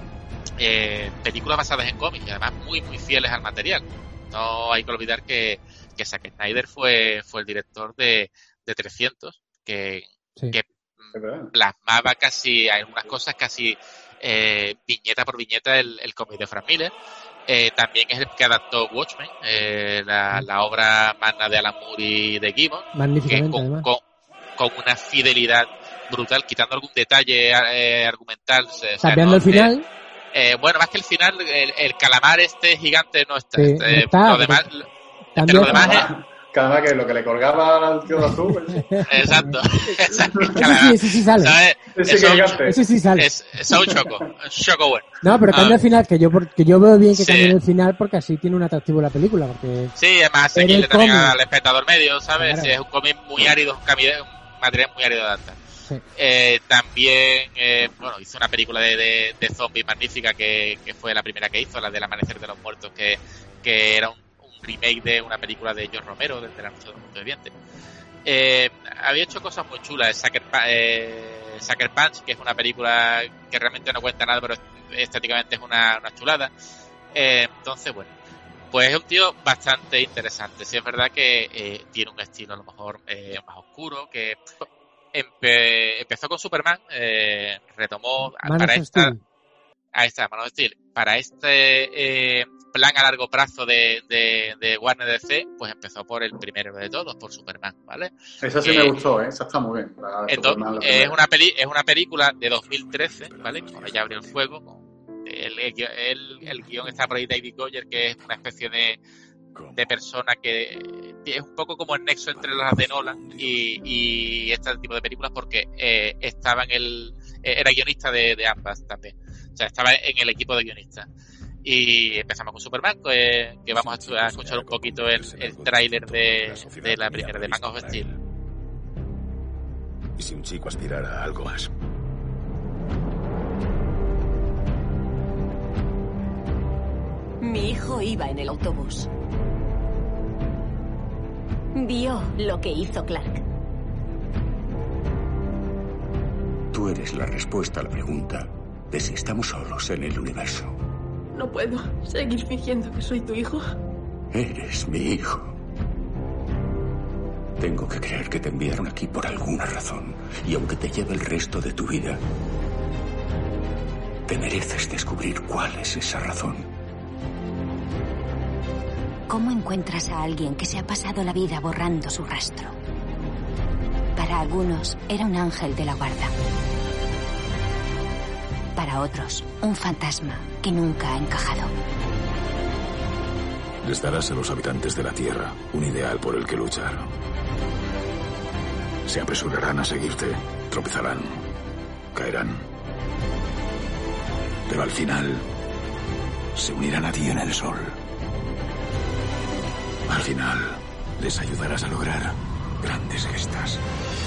eh, películas basadas en cómics y además muy, muy fieles al material. No hay que olvidar que, que Zack Snyder fue, fue el director de, de trescientos, que, Sí. que Es verdad. plasmaba casi, algunas cosas casi eh, viñeta por viñeta el, el cómic de Frank Miller. Eh, también es el que adaptó Watchmen, eh, la, la obra magna de Alan Moore y de Gibbon, que Magníficamente, con, además. con, con una fidelidad brutal, quitando algún detalle eh, argumental. Se- o sea, Cambiando no, el final. eh, eh, bueno, más que el final, el, el calamar este gigante no está. Sí, este, no está, lo demás, pero lo- también- pero lo demás es, Cada vez que lo que le colgaba al tío de azul. pues, exacto. exacto, el Ese sí, calamar. ese sí sale. ¿Sabes? Ese Eso que es un- gigante. Ese sí sale. es, es un choco, un choco bueno. No, pero Ah. cambia el final, que yo por- que yo veo bien que Sí. cambien el final porque así tiene un atractivo la película. Porque Sí, además Pero asequible el también cómic. al espectador medio, ¿sabes? Claro. Sí, es un cómic muy árido, un, cami- un material muy árido de adaptar. Sí. Eh, también, eh, bueno, hizo una película de, de, de zombies magnífica que, que fue la primera que hizo, la del Amanecer de los Muertos, que, que era un, un remake de una película de George Romero, desde La Noche de los Muertos Vivientes. Eh, había hecho cosas muy chulas, Sucker, Pa- eh, Sucker Punch, que es una película que realmente no cuenta nada, pero estéticamente es una, una chulada. Eh, entonces, bueno, pues es un tío bastante interesante. Sí es verdad que eh, tiene un estilo a lo mejor eh, más oscuro, que empe- empezó con Superman, eh, retomó Man para of esta... Steel. Ahí está, Man of Steel. Para este eh, plan a largo plazo de, de, de Warner D C, pues empezó por el primero de todos, por Superman, ¿vale? Esa sí Eh, me gustó, ¿eh? Esa está muy bien. La de Entonces, Superman, la es primera. una peli, es una película de dos mil trece, ¿vale? Cuando ya abrió el fuego. Con el, el, el, el guión está por ahí David Goyer, que es una especie de, de persona que es un poco como el nexo entre las de Nolan y, y este tipo de películas, porque eh, estaba en el era guionista de, de ambas también. O sea, estaba en el equipo de guionistas. Y empezamos con Superman, que, que vamos a, estu- a escuchar un poquito el, el tráiler de, de la primera, de Man of Steel. ¿Y si un chico aspirara a algo más? Mi hijo iba en el autobús. Vio lo que hizo Clark. Tú eres la respuesta a la pregunta de si estamos solos en el universo. No puedo seguir fingiendo que soy tu hijo. Eres mi hijo. Tengo que creer que te enviaron aquí por alguna razón. Y aunque te lleve el resto de tu vida, te mereces descubrir cuál es esa razón. ¿Cómo encuentras a alguien que se ha pasado la vida borrando su rastro? Para algunos era un ángel de la guarda. Para otros, un fantasma que nunca ha encajado. Les darás a los habitantes de la Tierra un ideal por el que luchar. Se apresurarán a seguirte, tropezarán, caerán. Pero al final, se unirán a ti en el sol. Al final, les ayudarás a lograr grandes gestas.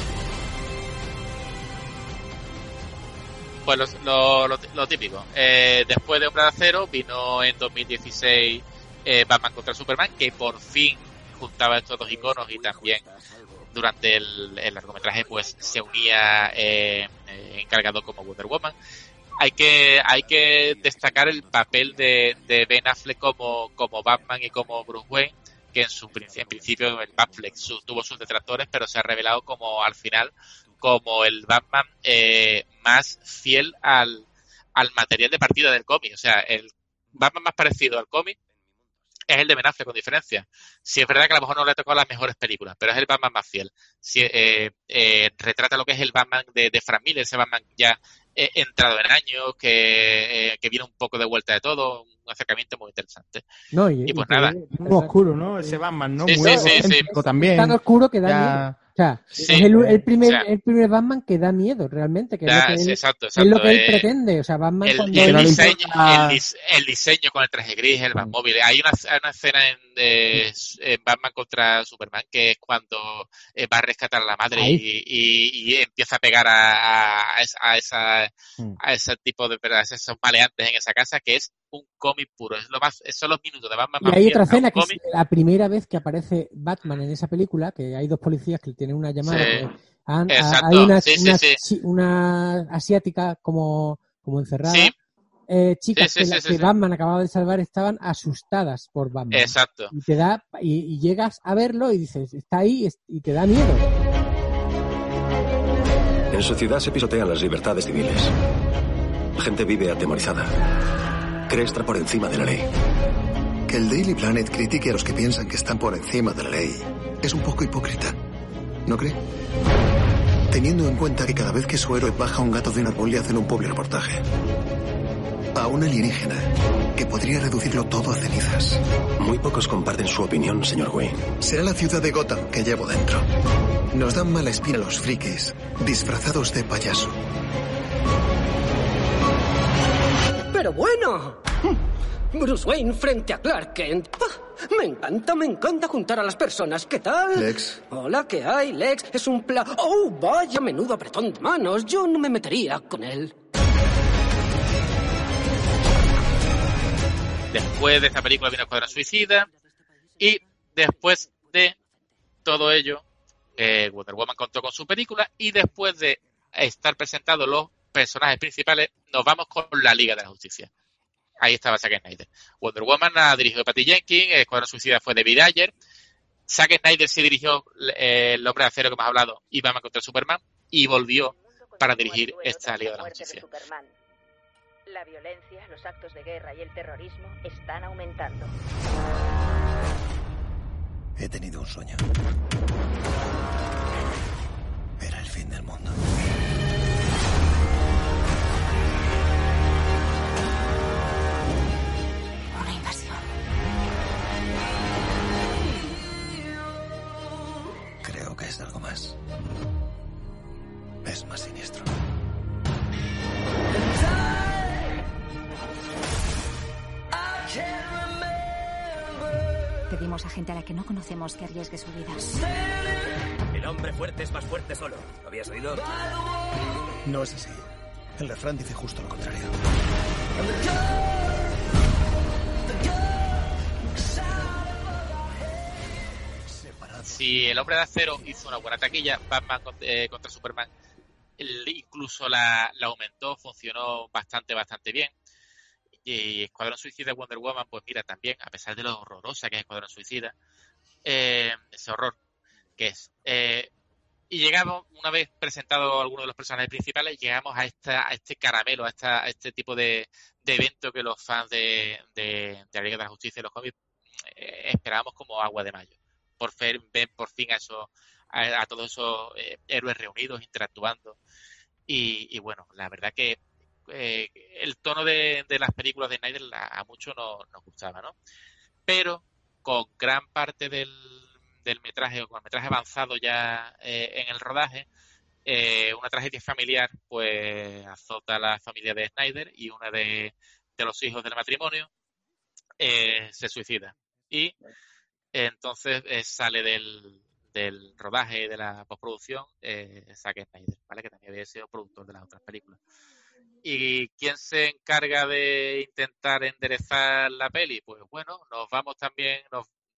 Pues lo, lo, lo, lo típico. Eh, después de Hombre de Acero vino en dos mil dieciséis eh, Batman contra Superman, que por fin juntaba estos dos iconos y también durante el, el largometraje pues se unía eh, eh, encargado como Wonder Woman. Hay que hay que destacar el papel de, de Ben Affleck como, como Batman y como Bruce Wayne, que en su en principio el Batfleck su, tuvo sus detractores, pero se ha revelado como al final como el Batman eh, más fiel al, al material de partida del cómic. O sea, el Batman más parecido al cómic es el de Ben Affleck, con diferencia. Sí, es verdad que a lo mejor no le ha tocado las mejores películas, pero es el Batman más fiel. Sí, eh, eh, retrata lo que es el Batman de, de Frank Miller, ese Batman ya eh, entrado en años, que, eh, que viene un poco de vuelta de todo, un acercamiento muy interesante. No, y, y pues y nada. Muy oscuro, ¿no? Ese Batman, ¿no? Sí, Muy sí, sí, sí. también. Tan oscuro que da Ya... miedo. O sea, Sí, es el, el primer o sea, el primer Batman que da miedo realmente, que da, es lo que sí, él, exacto, es lo exacto, que él eh, pretende. O sea, Batman el, cuando el, él- diseño, importa- el, dis- el diseño con el traje gris, el Batmóvil. Hay una, hay una escena en, de, en Batman contra Superman que es cuando eh, va a rescatar a la madre Ahí. y, y, y empieza a pegar a, a, a esa, a, esa, a ese tipo de a esos maleantes en esa casa, que es un cómic puro. Es lo más, son los minutos de Batman Y más hay fiel otra a un escena que es cómic. la primera vez que aparece Batman en esa película, que hay dos policías que tienen una llamada. Sí. que han- a- Exacto. hay una, Sí, sí, una, sí. chi- una asiática como, como encerrada. Sí. Eh, chicas Sí, sí, que, la- sí, sí, que sí. Batman acababa de salvar estaban asustadas por Batman. Exacto. Y te da y, y llegas a verlo y dices, está ahí es- y te da miedo. En su ciudad se pisotean las libertades civiles. La gente vive atemorizada. Cree estar por encima de la ley. Que el Daily Planet critique a los que piensan que están por encima de la ley es un poco hipócrita, ¿no cree? Teniendo en cuenta que cada vez que su héroe baja un gato de un árbol le hacen un pobre reportaje. A un alienígena que podría reducirlo todo a cenizas. Muy pocos comparten su opinión, señor Wayne. Será la ciudad de Gotham que llevo dentro. Nos dan mala espina los frikis, disfrazados de payaso. Pero bueno. Bruce Wayne frente a Clark Kent. Ah, me encanta, me encanta juntar a las personas. ¿Qué tal? Lex. Hola, ¿qué hay? Lex es un pla... ¡Oh, vaya menudo apretón de manos! Yo no me metería con él. Después de esta película vino Escuadrón Suicida y después de todo ello eh, Wonder Woman contó con su película y después de estar presentados los personajes principales nos vamos con la Liga de la Justicia. Ahí estaba Zack Snyder. Wonder Woman la dirigió Patty Jenkins, Escuadrón Suicida fue David Ayer, Zack Snyder sí dirigió eh, El Hombre de Acero que hemos hablado y Batman contra Superman y volvió para dirigir esta Liga de la Justicia. La violencia, los actos de guerra y el terrorismo están aumentando. He tenido un sueño. Era el fin del mundo. Una invasión. Creo que es algo más. Es más siniestro. Pedimos a gente a la que no conocemos que arriesgue su vida. El hombre fuerte es más fuerte solo. ¿Lo habías oído? No es así. El refrán dice justo lo contrario. Si El Hombre de Acero hizo una buena taquilla, Batman eh, contra Superman el, incluso la, la aumentó, funcionó bastante, bastante bien. Y Escuadrón Suicida Wonder Woman, pues mira, también, a pesar de lo horrorosa que es Escuadrón Suicida, eh, ese horror que es. Eh, y llegamos, una vez presentado algunos de los personajes principales, llegamos a esta a este caramelo, a, esta, a este tipo de, de evento que los fans de, de, de la Liga de la Justicia y los cómics eh, esperábamos como agua de mayo. Por fin, ven por fin a, esos, a, a todos esos eh, héroes reunidos, interactuando. Y, y bueno, la verdad que Eh, el tono de, de las películas de Snyder a, a muchos no, nos gustaba, ¿no? Pero con gran parte del, del metraje o con el metraje avanzado ya eh, en el rodaje, eh, una tragedia familiar pues azota a la familia de Snyder y una de, de los hijos del matrimonio eh, se suicida y eh, entonces eh, sale del, del rodaje de la postproducción eh, Zack Snyder, ¿vale? Que también había sido productor de las otras películas. ¿Y quién se encarga de intentar enderezar la peli? Pues bueno, nos vamos también, nos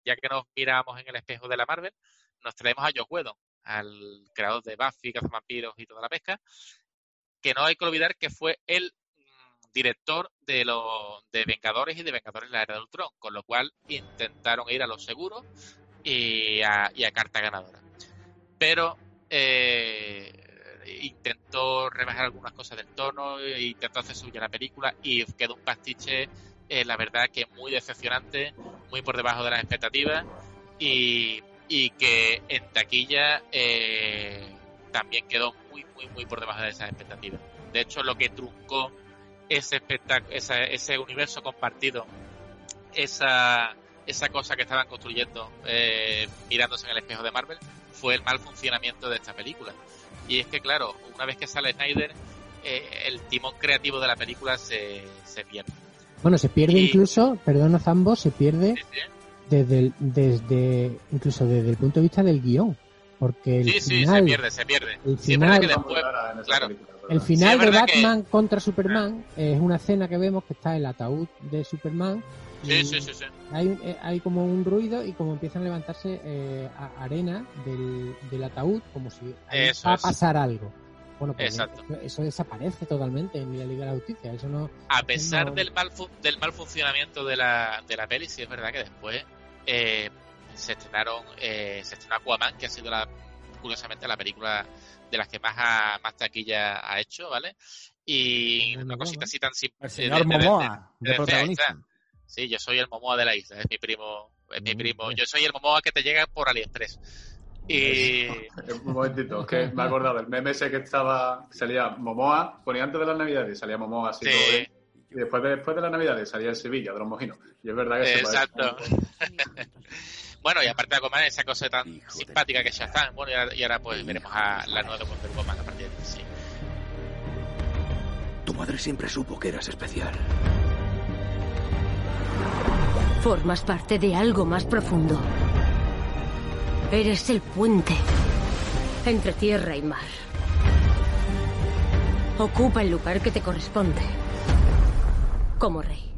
ya que nos miramos en el espejo de la Marvel, nos traemos a Joss Whedon, al creador de Buffy, Cazavampiros y toda la pesca, que no hay que olvidar que fue el mm, director de los de Vengadores y de Vengadores la Era de Ultron, con lo cual intentaron ir a lo seguro y a, y a carta ganadora. Pero eh, intentó rebajar algunas cosas del tono, intentó hacer suya la película y quedó un pastiche, eh, la verdad que muy decepcionante, muy por debajo de las expectativas y, y que en taquilla eh, también quedó muy, muy, muy por debajo de esas expectativas. De hecho, lo que truncó ese espectáculo, esa, ese universo compartido, esa, esa cosa que estaban construyendo eh, mirándose en el espejo de Marvel, fue el mal funcionamiento de esta película. Y es que, claro, una vez que sale Snyder, eh, el timón creativo de la película se, se pierde. Bueno, se pierde y... incluso, perdona Zambo, se pierde sí, sí. desde, el, desde incluso desde el punto de vista del guión. Porque el sí, sí, final, se pierde, se pierde. El sí, final, que después, claro, el final sí, de Batman que... contra Superman es una escena que vemos que está el ataúd de Superman. Sí, sí, sí, sí. Hay, hay como un ruido y como empiezan a levantarse eh, a, arena del, del ataúd, como si eso va es. a pasar algo. Bueno, pues exacto. Eso, eso desaparece totalmente en la Liga de la Justicia. Eso no. A pesar no... del mal fu- del mal funcionamiento de la de la peli, sí es verdad que después eh, se estrenaron eh, se estrenó Aquaman, que ha sido la curiosamente la película de las que más ha, más taquilla ha hecho, ¿vale? Y una cosita así tan simple. El señor Momoa, de, de, de, de protagonista. Sí, yo soy el Momoa de la isla, es mi primo, es mi primo. Yo soy el Momoa que te llega por AliExpress. Y... Un momentito, que me he acordado del meme ese que estaba, salía Momoa, ponía antes de las Navidades, salía Momoa así sí. todo bien, y después de, después de las Navidades salía el Sevilla, de los Mojinos. Y es verdad que se Exacto. parece. Bueno, y aparte de Aquaman, esa cosa tan Hijo simpática que ya está. Bueno, y ahora, y ahora pues veremos a la nueva de Wonder Woman a partir de sí. Tu madre siempre supo que eras especial. Formas parte de algo más profundo. Eres el puente entre tierra y mar. Ocupa el lugar que te corresponde como rey.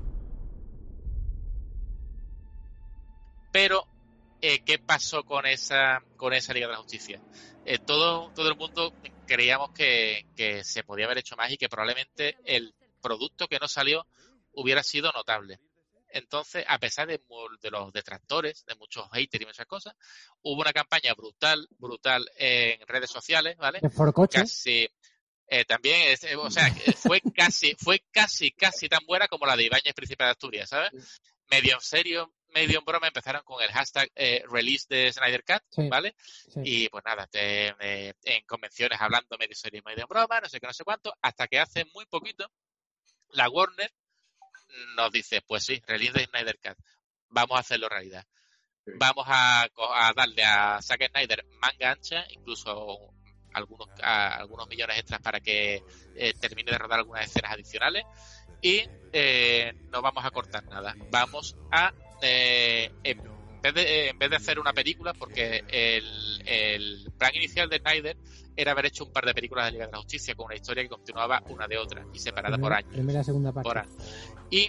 Pero, eh, ¿qué pasó con esa con esa Liga de la Justicia? Eh, todo, todo el mundo creíamos que, que se podía haber hecho más y que probablemente el producto que no salió hubiera sido notable. Entonces, a pesar de, de los detractores, de muchos haters y muchas cosas, hubo una campaña brutal, brutal en redes sociales, ¿vale? ¿De Forcoche? Casi, eh, también, es, o sea, fue casi, fue casi, casi tan buena como la de Ibáñez, Príncipe de Asturias, ¿sabes? Medio en serio, medio en broma, empezaron con el hashtag eh, release de Snyder Cut, sí, ¿vale? Sí. Y pues nada, te, eh, en convenciones hablando medio serio, medio en broma, no sé qué, no sé cuánto, hasta que hace muy poquito, la Warner nos dice, pues sí, release de Snyder Cut, vamos a hacerlo realidad. Sí. Vamos a, a darle a Zack Snyder manga ancha, incluso algunos, a, algunos millones extras para que eh, termine de rodar algunas escenas adicionales y eh, no vamos a cortar nada. Vamos a, eh, en, vez de, en vez de hacer una película, porque el, el plan inicial de Snyder era haber hecho un par de películas de Liga de la Justicia con una historia que continuaba una de otra y separada primera, por años. Primera, segunda parte. Por años. Y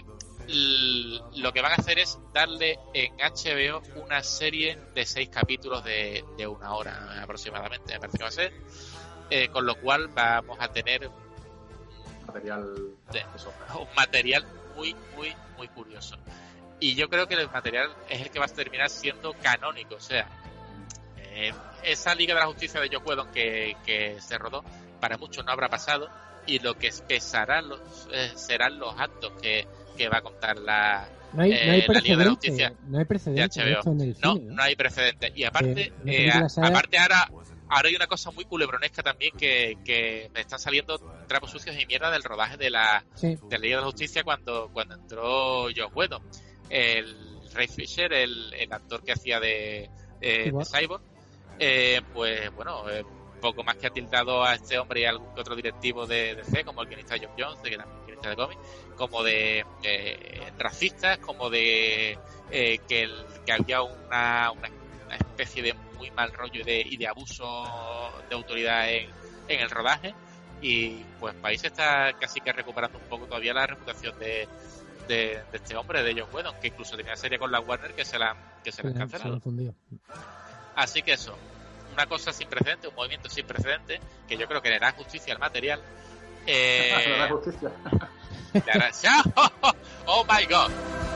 l- lo que van a hacer es darle en H B O una serie de seis capítulos de, de una hora aproximadamente, me parece que va a ser. Eh, con lo cual vamos a tener material de, un material muy, muy, muy curioso. Y yo creo que el material es el que va a terminar siendo canónico, o sea, Eh, esa Liga de la Justicia de Joss Whedon que, que se rodó, para muchos no habrá pasado, y lo que pesarán los, eh, serán los actos que, que va a contar la, no hay, eh, no hay la Liga de la Justicia no hay precedente de H B O. en el no, cine, ¿no? no hay precedente. Y aparte, eh, eh, a, aparte ahora, ahora hay una cosa muy culebronesca también que, que me están saliendo trapos sucios y mierda del rodaje de la, sí. de la Liga de la Justicia cuando, cuando entró Joss Whedon. El Ray Fisher, el, el actor que hacía de, eh, de Cyborg, Eh, pues bueno, eh, poco más que ha tildado a este hombre y a algún otro directivo de D C, como el guionista Geoff Johns, que también es guionista de cómics, como de eh, racistas, como de eh, que, el, que había una, una, una especie de muy mal rollo y de, y de abuso de autoridad en, en el rodaje. Y pues País está casi que recuperando un poco todavía la reputación de De, de este hombre, de Joss Whedon, que incluso tenía serie con la Warner que se la, que se le han Se cancelado. han fundido. Así que eso, una cosa sin precedente, un movimiento sin precedente, que yo creo que le hará justicia al material. Eh, Le hará justicia. le hará- ¡Oh, oh my god!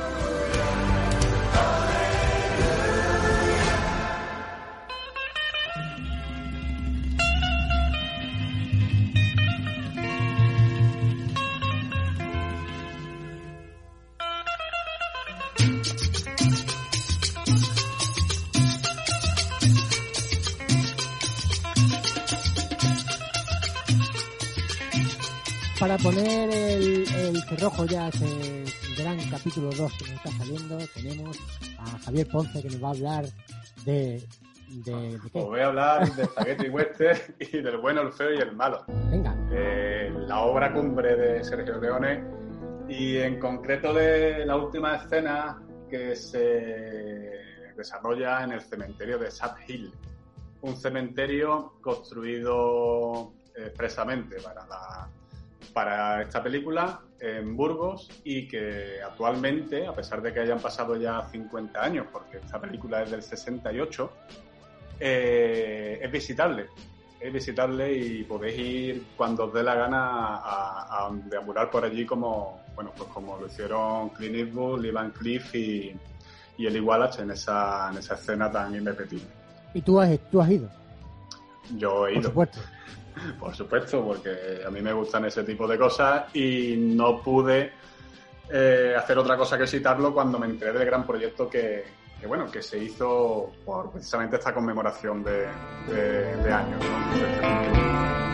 Para poner el, el cerrojo ya a ese gran capítulo dos que nos está saliendo, tenemos a Javier Ponce, que nos va a hablar de... ¿De, de qué? Os voy a hablar de Spaghetti Western y del bueno, el feo y el malo. Venga. Eh, la obra cumbre de Sergio Leone y en concreto de la última escena que se desarrolla en el cementerio de Sad Hill. Un cementerio construido expresamente para la para esta película en Burgos y que actualmente, a pesar de que hayan pasado ya cincuenta años, porque esta película es del sesenta y ocho, eh, es visitable. Es visitable y podéis ir cuando os dé la gana a, a deambular por allí como, bueno, pues como lo hicieron Clint Eastwood, Lee Van Cleef y, y Eli Wallach en esa, en esa escena tan irrepetible. ¿Y tú has, tú has ido? Yo he ido. Por supuesto. Por supuesto, porque a mí me gustan ese tipo de cosas y no pude eh, hacer otra cosa que citarlo cuando me enteré del gran proyecto que, que bueno, que se hizo por precisamente esta conmemoración de, de, de años, ¿no?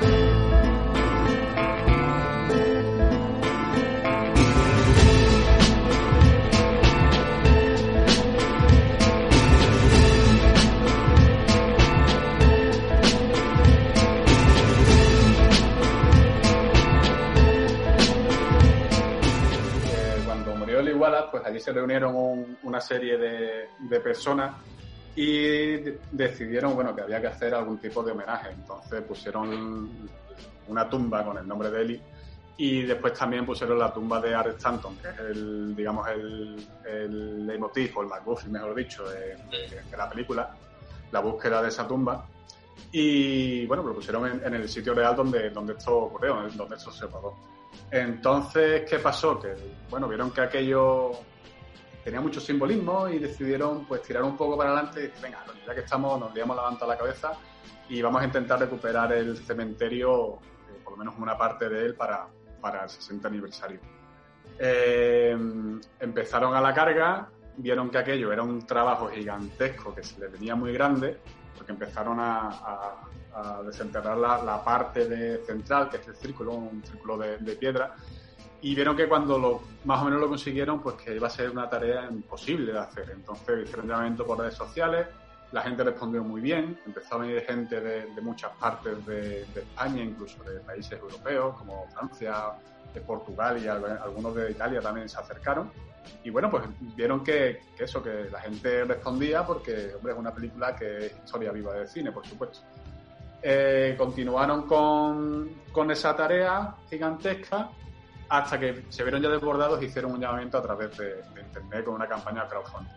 Pues allí se reunieron un, una serie de, de personas y de, decidieron bueno que había que hacer algún tipo de homenaje. Entonces pusieron una tumba con el nombre de Eli y después también pusieron la tumba de Art Stanton, que es el, digamos, el, el leitmotiv o el MacGuffin, mejor dicho, de, de, de la película, la búsqueda de esa tumba. Y bueno, lo pusieron en, en el sitio real donde, donde esto ocurrió, donde esto se rodó. Entonces, ¿qué pasó? Que, bueno, vieron que aquello tenía mucho simbolismo y decidieron, pues, tirar un poco para adelante y decir, venga, ya que estamos, nos liamos la manta a la cabeza y vamos a intentar recuperar el cementerio, eh, por lo menos una parte de él, para, para el sesenta aniversario. Eh, empezaron a la carga, vieron que aquello era un trabajo gigantesco que se le venía muy grande, porque empezaron a, a, a desenterrar la, la parte de central, que es el círculo, un círculo de, de piedra, y vieron que cuando lo, más o menos lo consiguieron, pues que iba a ser una tarea imposible de hacer. Entonces hicieron llamamiento por redes sociales, la gente respondió muy bien, empezó a venir gente de, de muchas partes de, de España, incluso de países europeos, como Francia, de Portugal y algunos de Italia también se acercaron. Y bueno, pues vieron que, que eso, que la gente respondía porque, hombre, es una película que es historia viva del cine, por supuesto. Eh, continuaron con, con esa tarea gigantesca hasta que se vieron ya desbordados y hicieron un llamamiento a través de, de internet con una campaña de crowdfunding.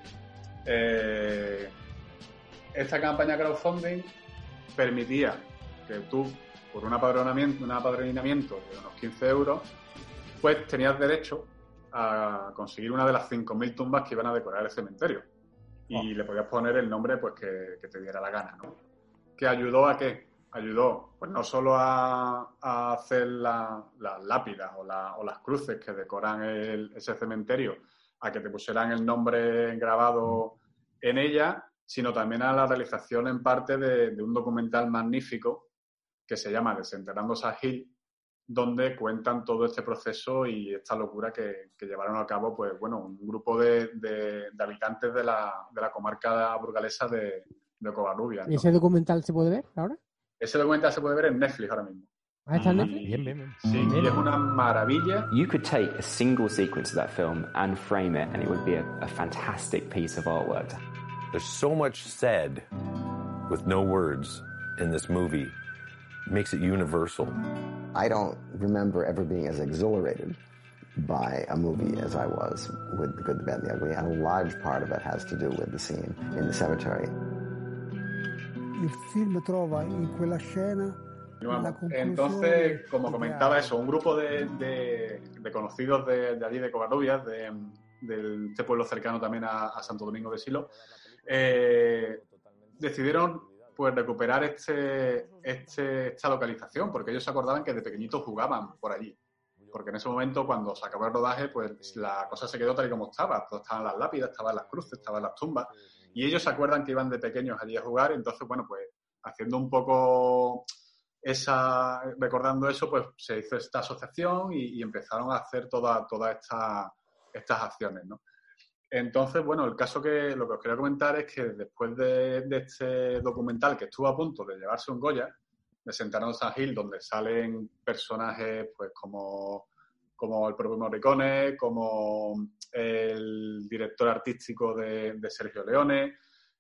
Eh, esta campaña de crowdfunding permitía que tú, por un apadronamiento, un apadrinamiento de unos quince euros, pues tenías derecho a conseguir una de las cinco mil tumbas que iban a decorar el cementerio. Y oh. le podías poner el nombre pues que, que te diera la gana, ¿no? ¿Que ayudó a qué? Ayudó, pues no solo a, a hacer las la lápidas o, la, o las cruces que decoran el, ese cementerio, a que te pusieran el nombre grabado en ella, sino también a la realización en parte de, de un documental magnífico que se llama Desenterrando Sad Hill, donde cuentan todo este proceso y esta locura que, que llevaron a cabo, pues bueno, un grupo de, de, de habitantes de la, de la comarca burgalesa de, de Covarrubias, ¿no? ¿Y ese documental se puede ver ahora? Ese documental se puede ver en Netflix ahora mismo. ¿Ah, está en Netflix? Bien, bien, bien. Sí, y es una maravilla. You could take a single sequence of that film and frame it, and it would be a, a fantastic piece of artwork. There's so much said with no words in this movie. It makes it universal. I don't remember ever being as exhilarated by a movie as I was with The Good, the Bad, and the Ugly, and a large part of it has to do with the scene in the cemetery. Il film trova in quella scena. Entonces, como comentaba eso, un grupo de, de, de conocidos de, de allí de Covarrubias, de, de este pueblo cercano también a, a Santo Domingo de Silo, eh, decidieron pues recuperar este, este, esta localización, porque ellos se acordaban que de pequeñitos jugaban por allí. Porque en ese momento, cuando se acabó el rodaje, pues la cosa se quedó tal y como estaba. Pues estaban las lápidas, estaban las cruces, estaban las tumbas. Y ellos se acuerdan que iban de pequeños allí a jugar. Entonces, bueno, pues haciendo un poco esa... recordando eso, pues se hizo esta asociación y, y empezaron a hacer todas toda esta, estas acciones, ¿no? Entonces, bueno, el caso que... lo que os quería comentar es que después de, de este documental que estuvo a punto de llevarse un Goya, de Sentaron San Gil, donde salen personajes pues como, como el propio Morricone, como el director artístico de, de Sergio Leone,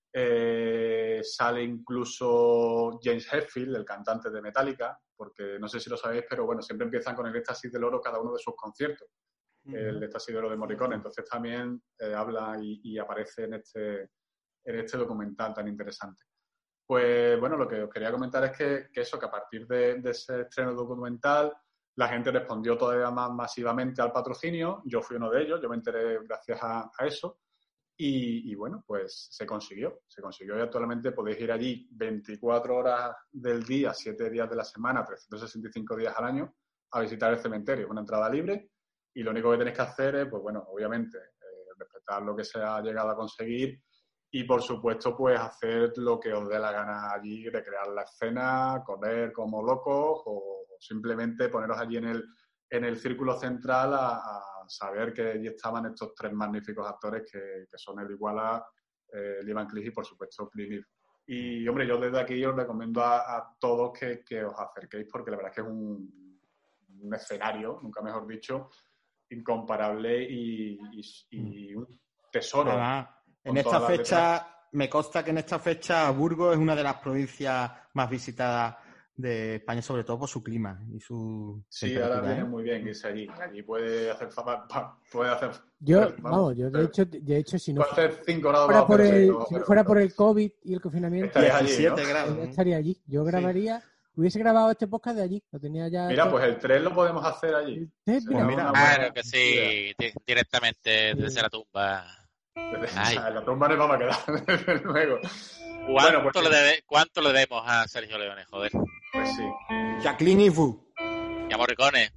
eh, sale incluso James Hetfield, el cantante de Metallica, porque no sé si lo sabéis, pero bueno, siempre empiezan con el Éxtasis del Oro cada uno de sus conciertos, uh-huh. el Éxtasis del Oro de Morricone, entonces también eh, habla y, y aparece en este, en este documental tan interesante. Pues bueno, lo que os quería comentar es que, que eso, que a partir de, de ese estreno documental, la gente respondió todavía más masivamente al patrocinio. Yo fui uno de ellos, yo me enteré gracias a, a eso. Y, y bueno, pues se consiguió. Se consiguió y actualmente podéis ir allí veinticuatro horas del día, siete días de la semana, trescientos sesenta y cinco días al año, a visitar el cementerio. Es una entrada libre y lo único que tenéis que hacer es, pues bueno, obviamente, eh, respetar lo que se ha llegado a conseguir. Y, por supuesto, pues hacer lo que os dé la gana allí, recrear la escena, correr como locos o simplemente poneros allí en el, en el círculo central a, a saber que allí estaban estos tres magníficos actores que, que son el Iguala, eh, Lee Van Cleef y, por supuesto, Clint Eastwood. Y, hombre, yo desde aquí os recomiendo a, a todos que, que os acerquéis porque la verdad es que es un, un escenario, nunca mejor dicho, incomparable y, y, y un tesoro. Ah. En esta fecha, me consta que en esta fecha Burgos es una de las provincias más visitadas de España, sobre todo por su clima y su Sí, ahora viene ¿eh? muy bien irse allí. Allí puede hacer... Puede hacer yo, vamos, vamos, yo de hecho, de hecho si no puede hacer cinco grados fuera, por el, no, si no fuera por el COVID y el confinamiento, allí, ¿no? grados, yo estaría allí. Yo grabaría... Sí. Hubiese grabado este podcast de allí, lo tenía ya... Mira, todo. pues el tren lo podemos hacer allí. ¿Sí? Mira, mira. Claro que sí, directamente desde sí. la tumba... Ay. La tumba no vamos a quedar, desde luego. ¿Cuánto, bueno, pues, le debe, ¿Cuánto le debemos a Sergio Leone, joder? Pues sí. Jacqueline Eastwood. Y a Morricone.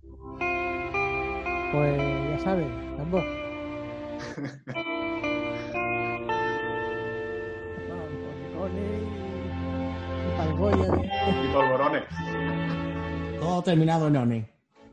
Pues ya sabes, ambos. Morricone y Palgoya. Y polvorones. Todo terminado en Oni.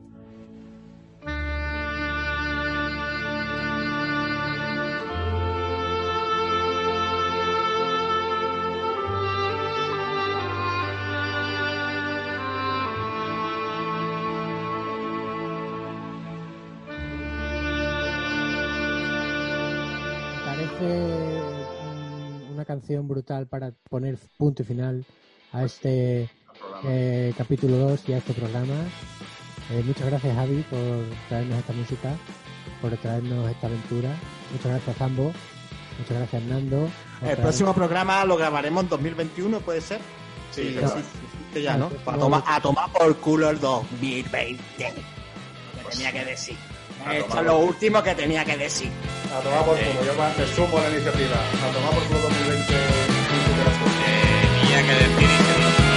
Una canción brutal para poner punto y final a este eh, capítulo dos y a este programa. Eh, muchas gracias, Javi, por traernos esta música, por traernos esta aventura. Muchas gracias, Zambo. Muchas gracias, Nando. El traer... próximo programa lo grabaremos en dos mil veintiuno, ¿puede ser? Sí, sí, claro. sí, sí ya, ¿no? A tomar, a tomar por culo el dos mil veinte. Lo que tenía que decir. Esto es lo último que tenía que decir. A tomar por culo, yo me sumo la iniciativa. A tomar por culo dos mil veinte. Tenía que decir.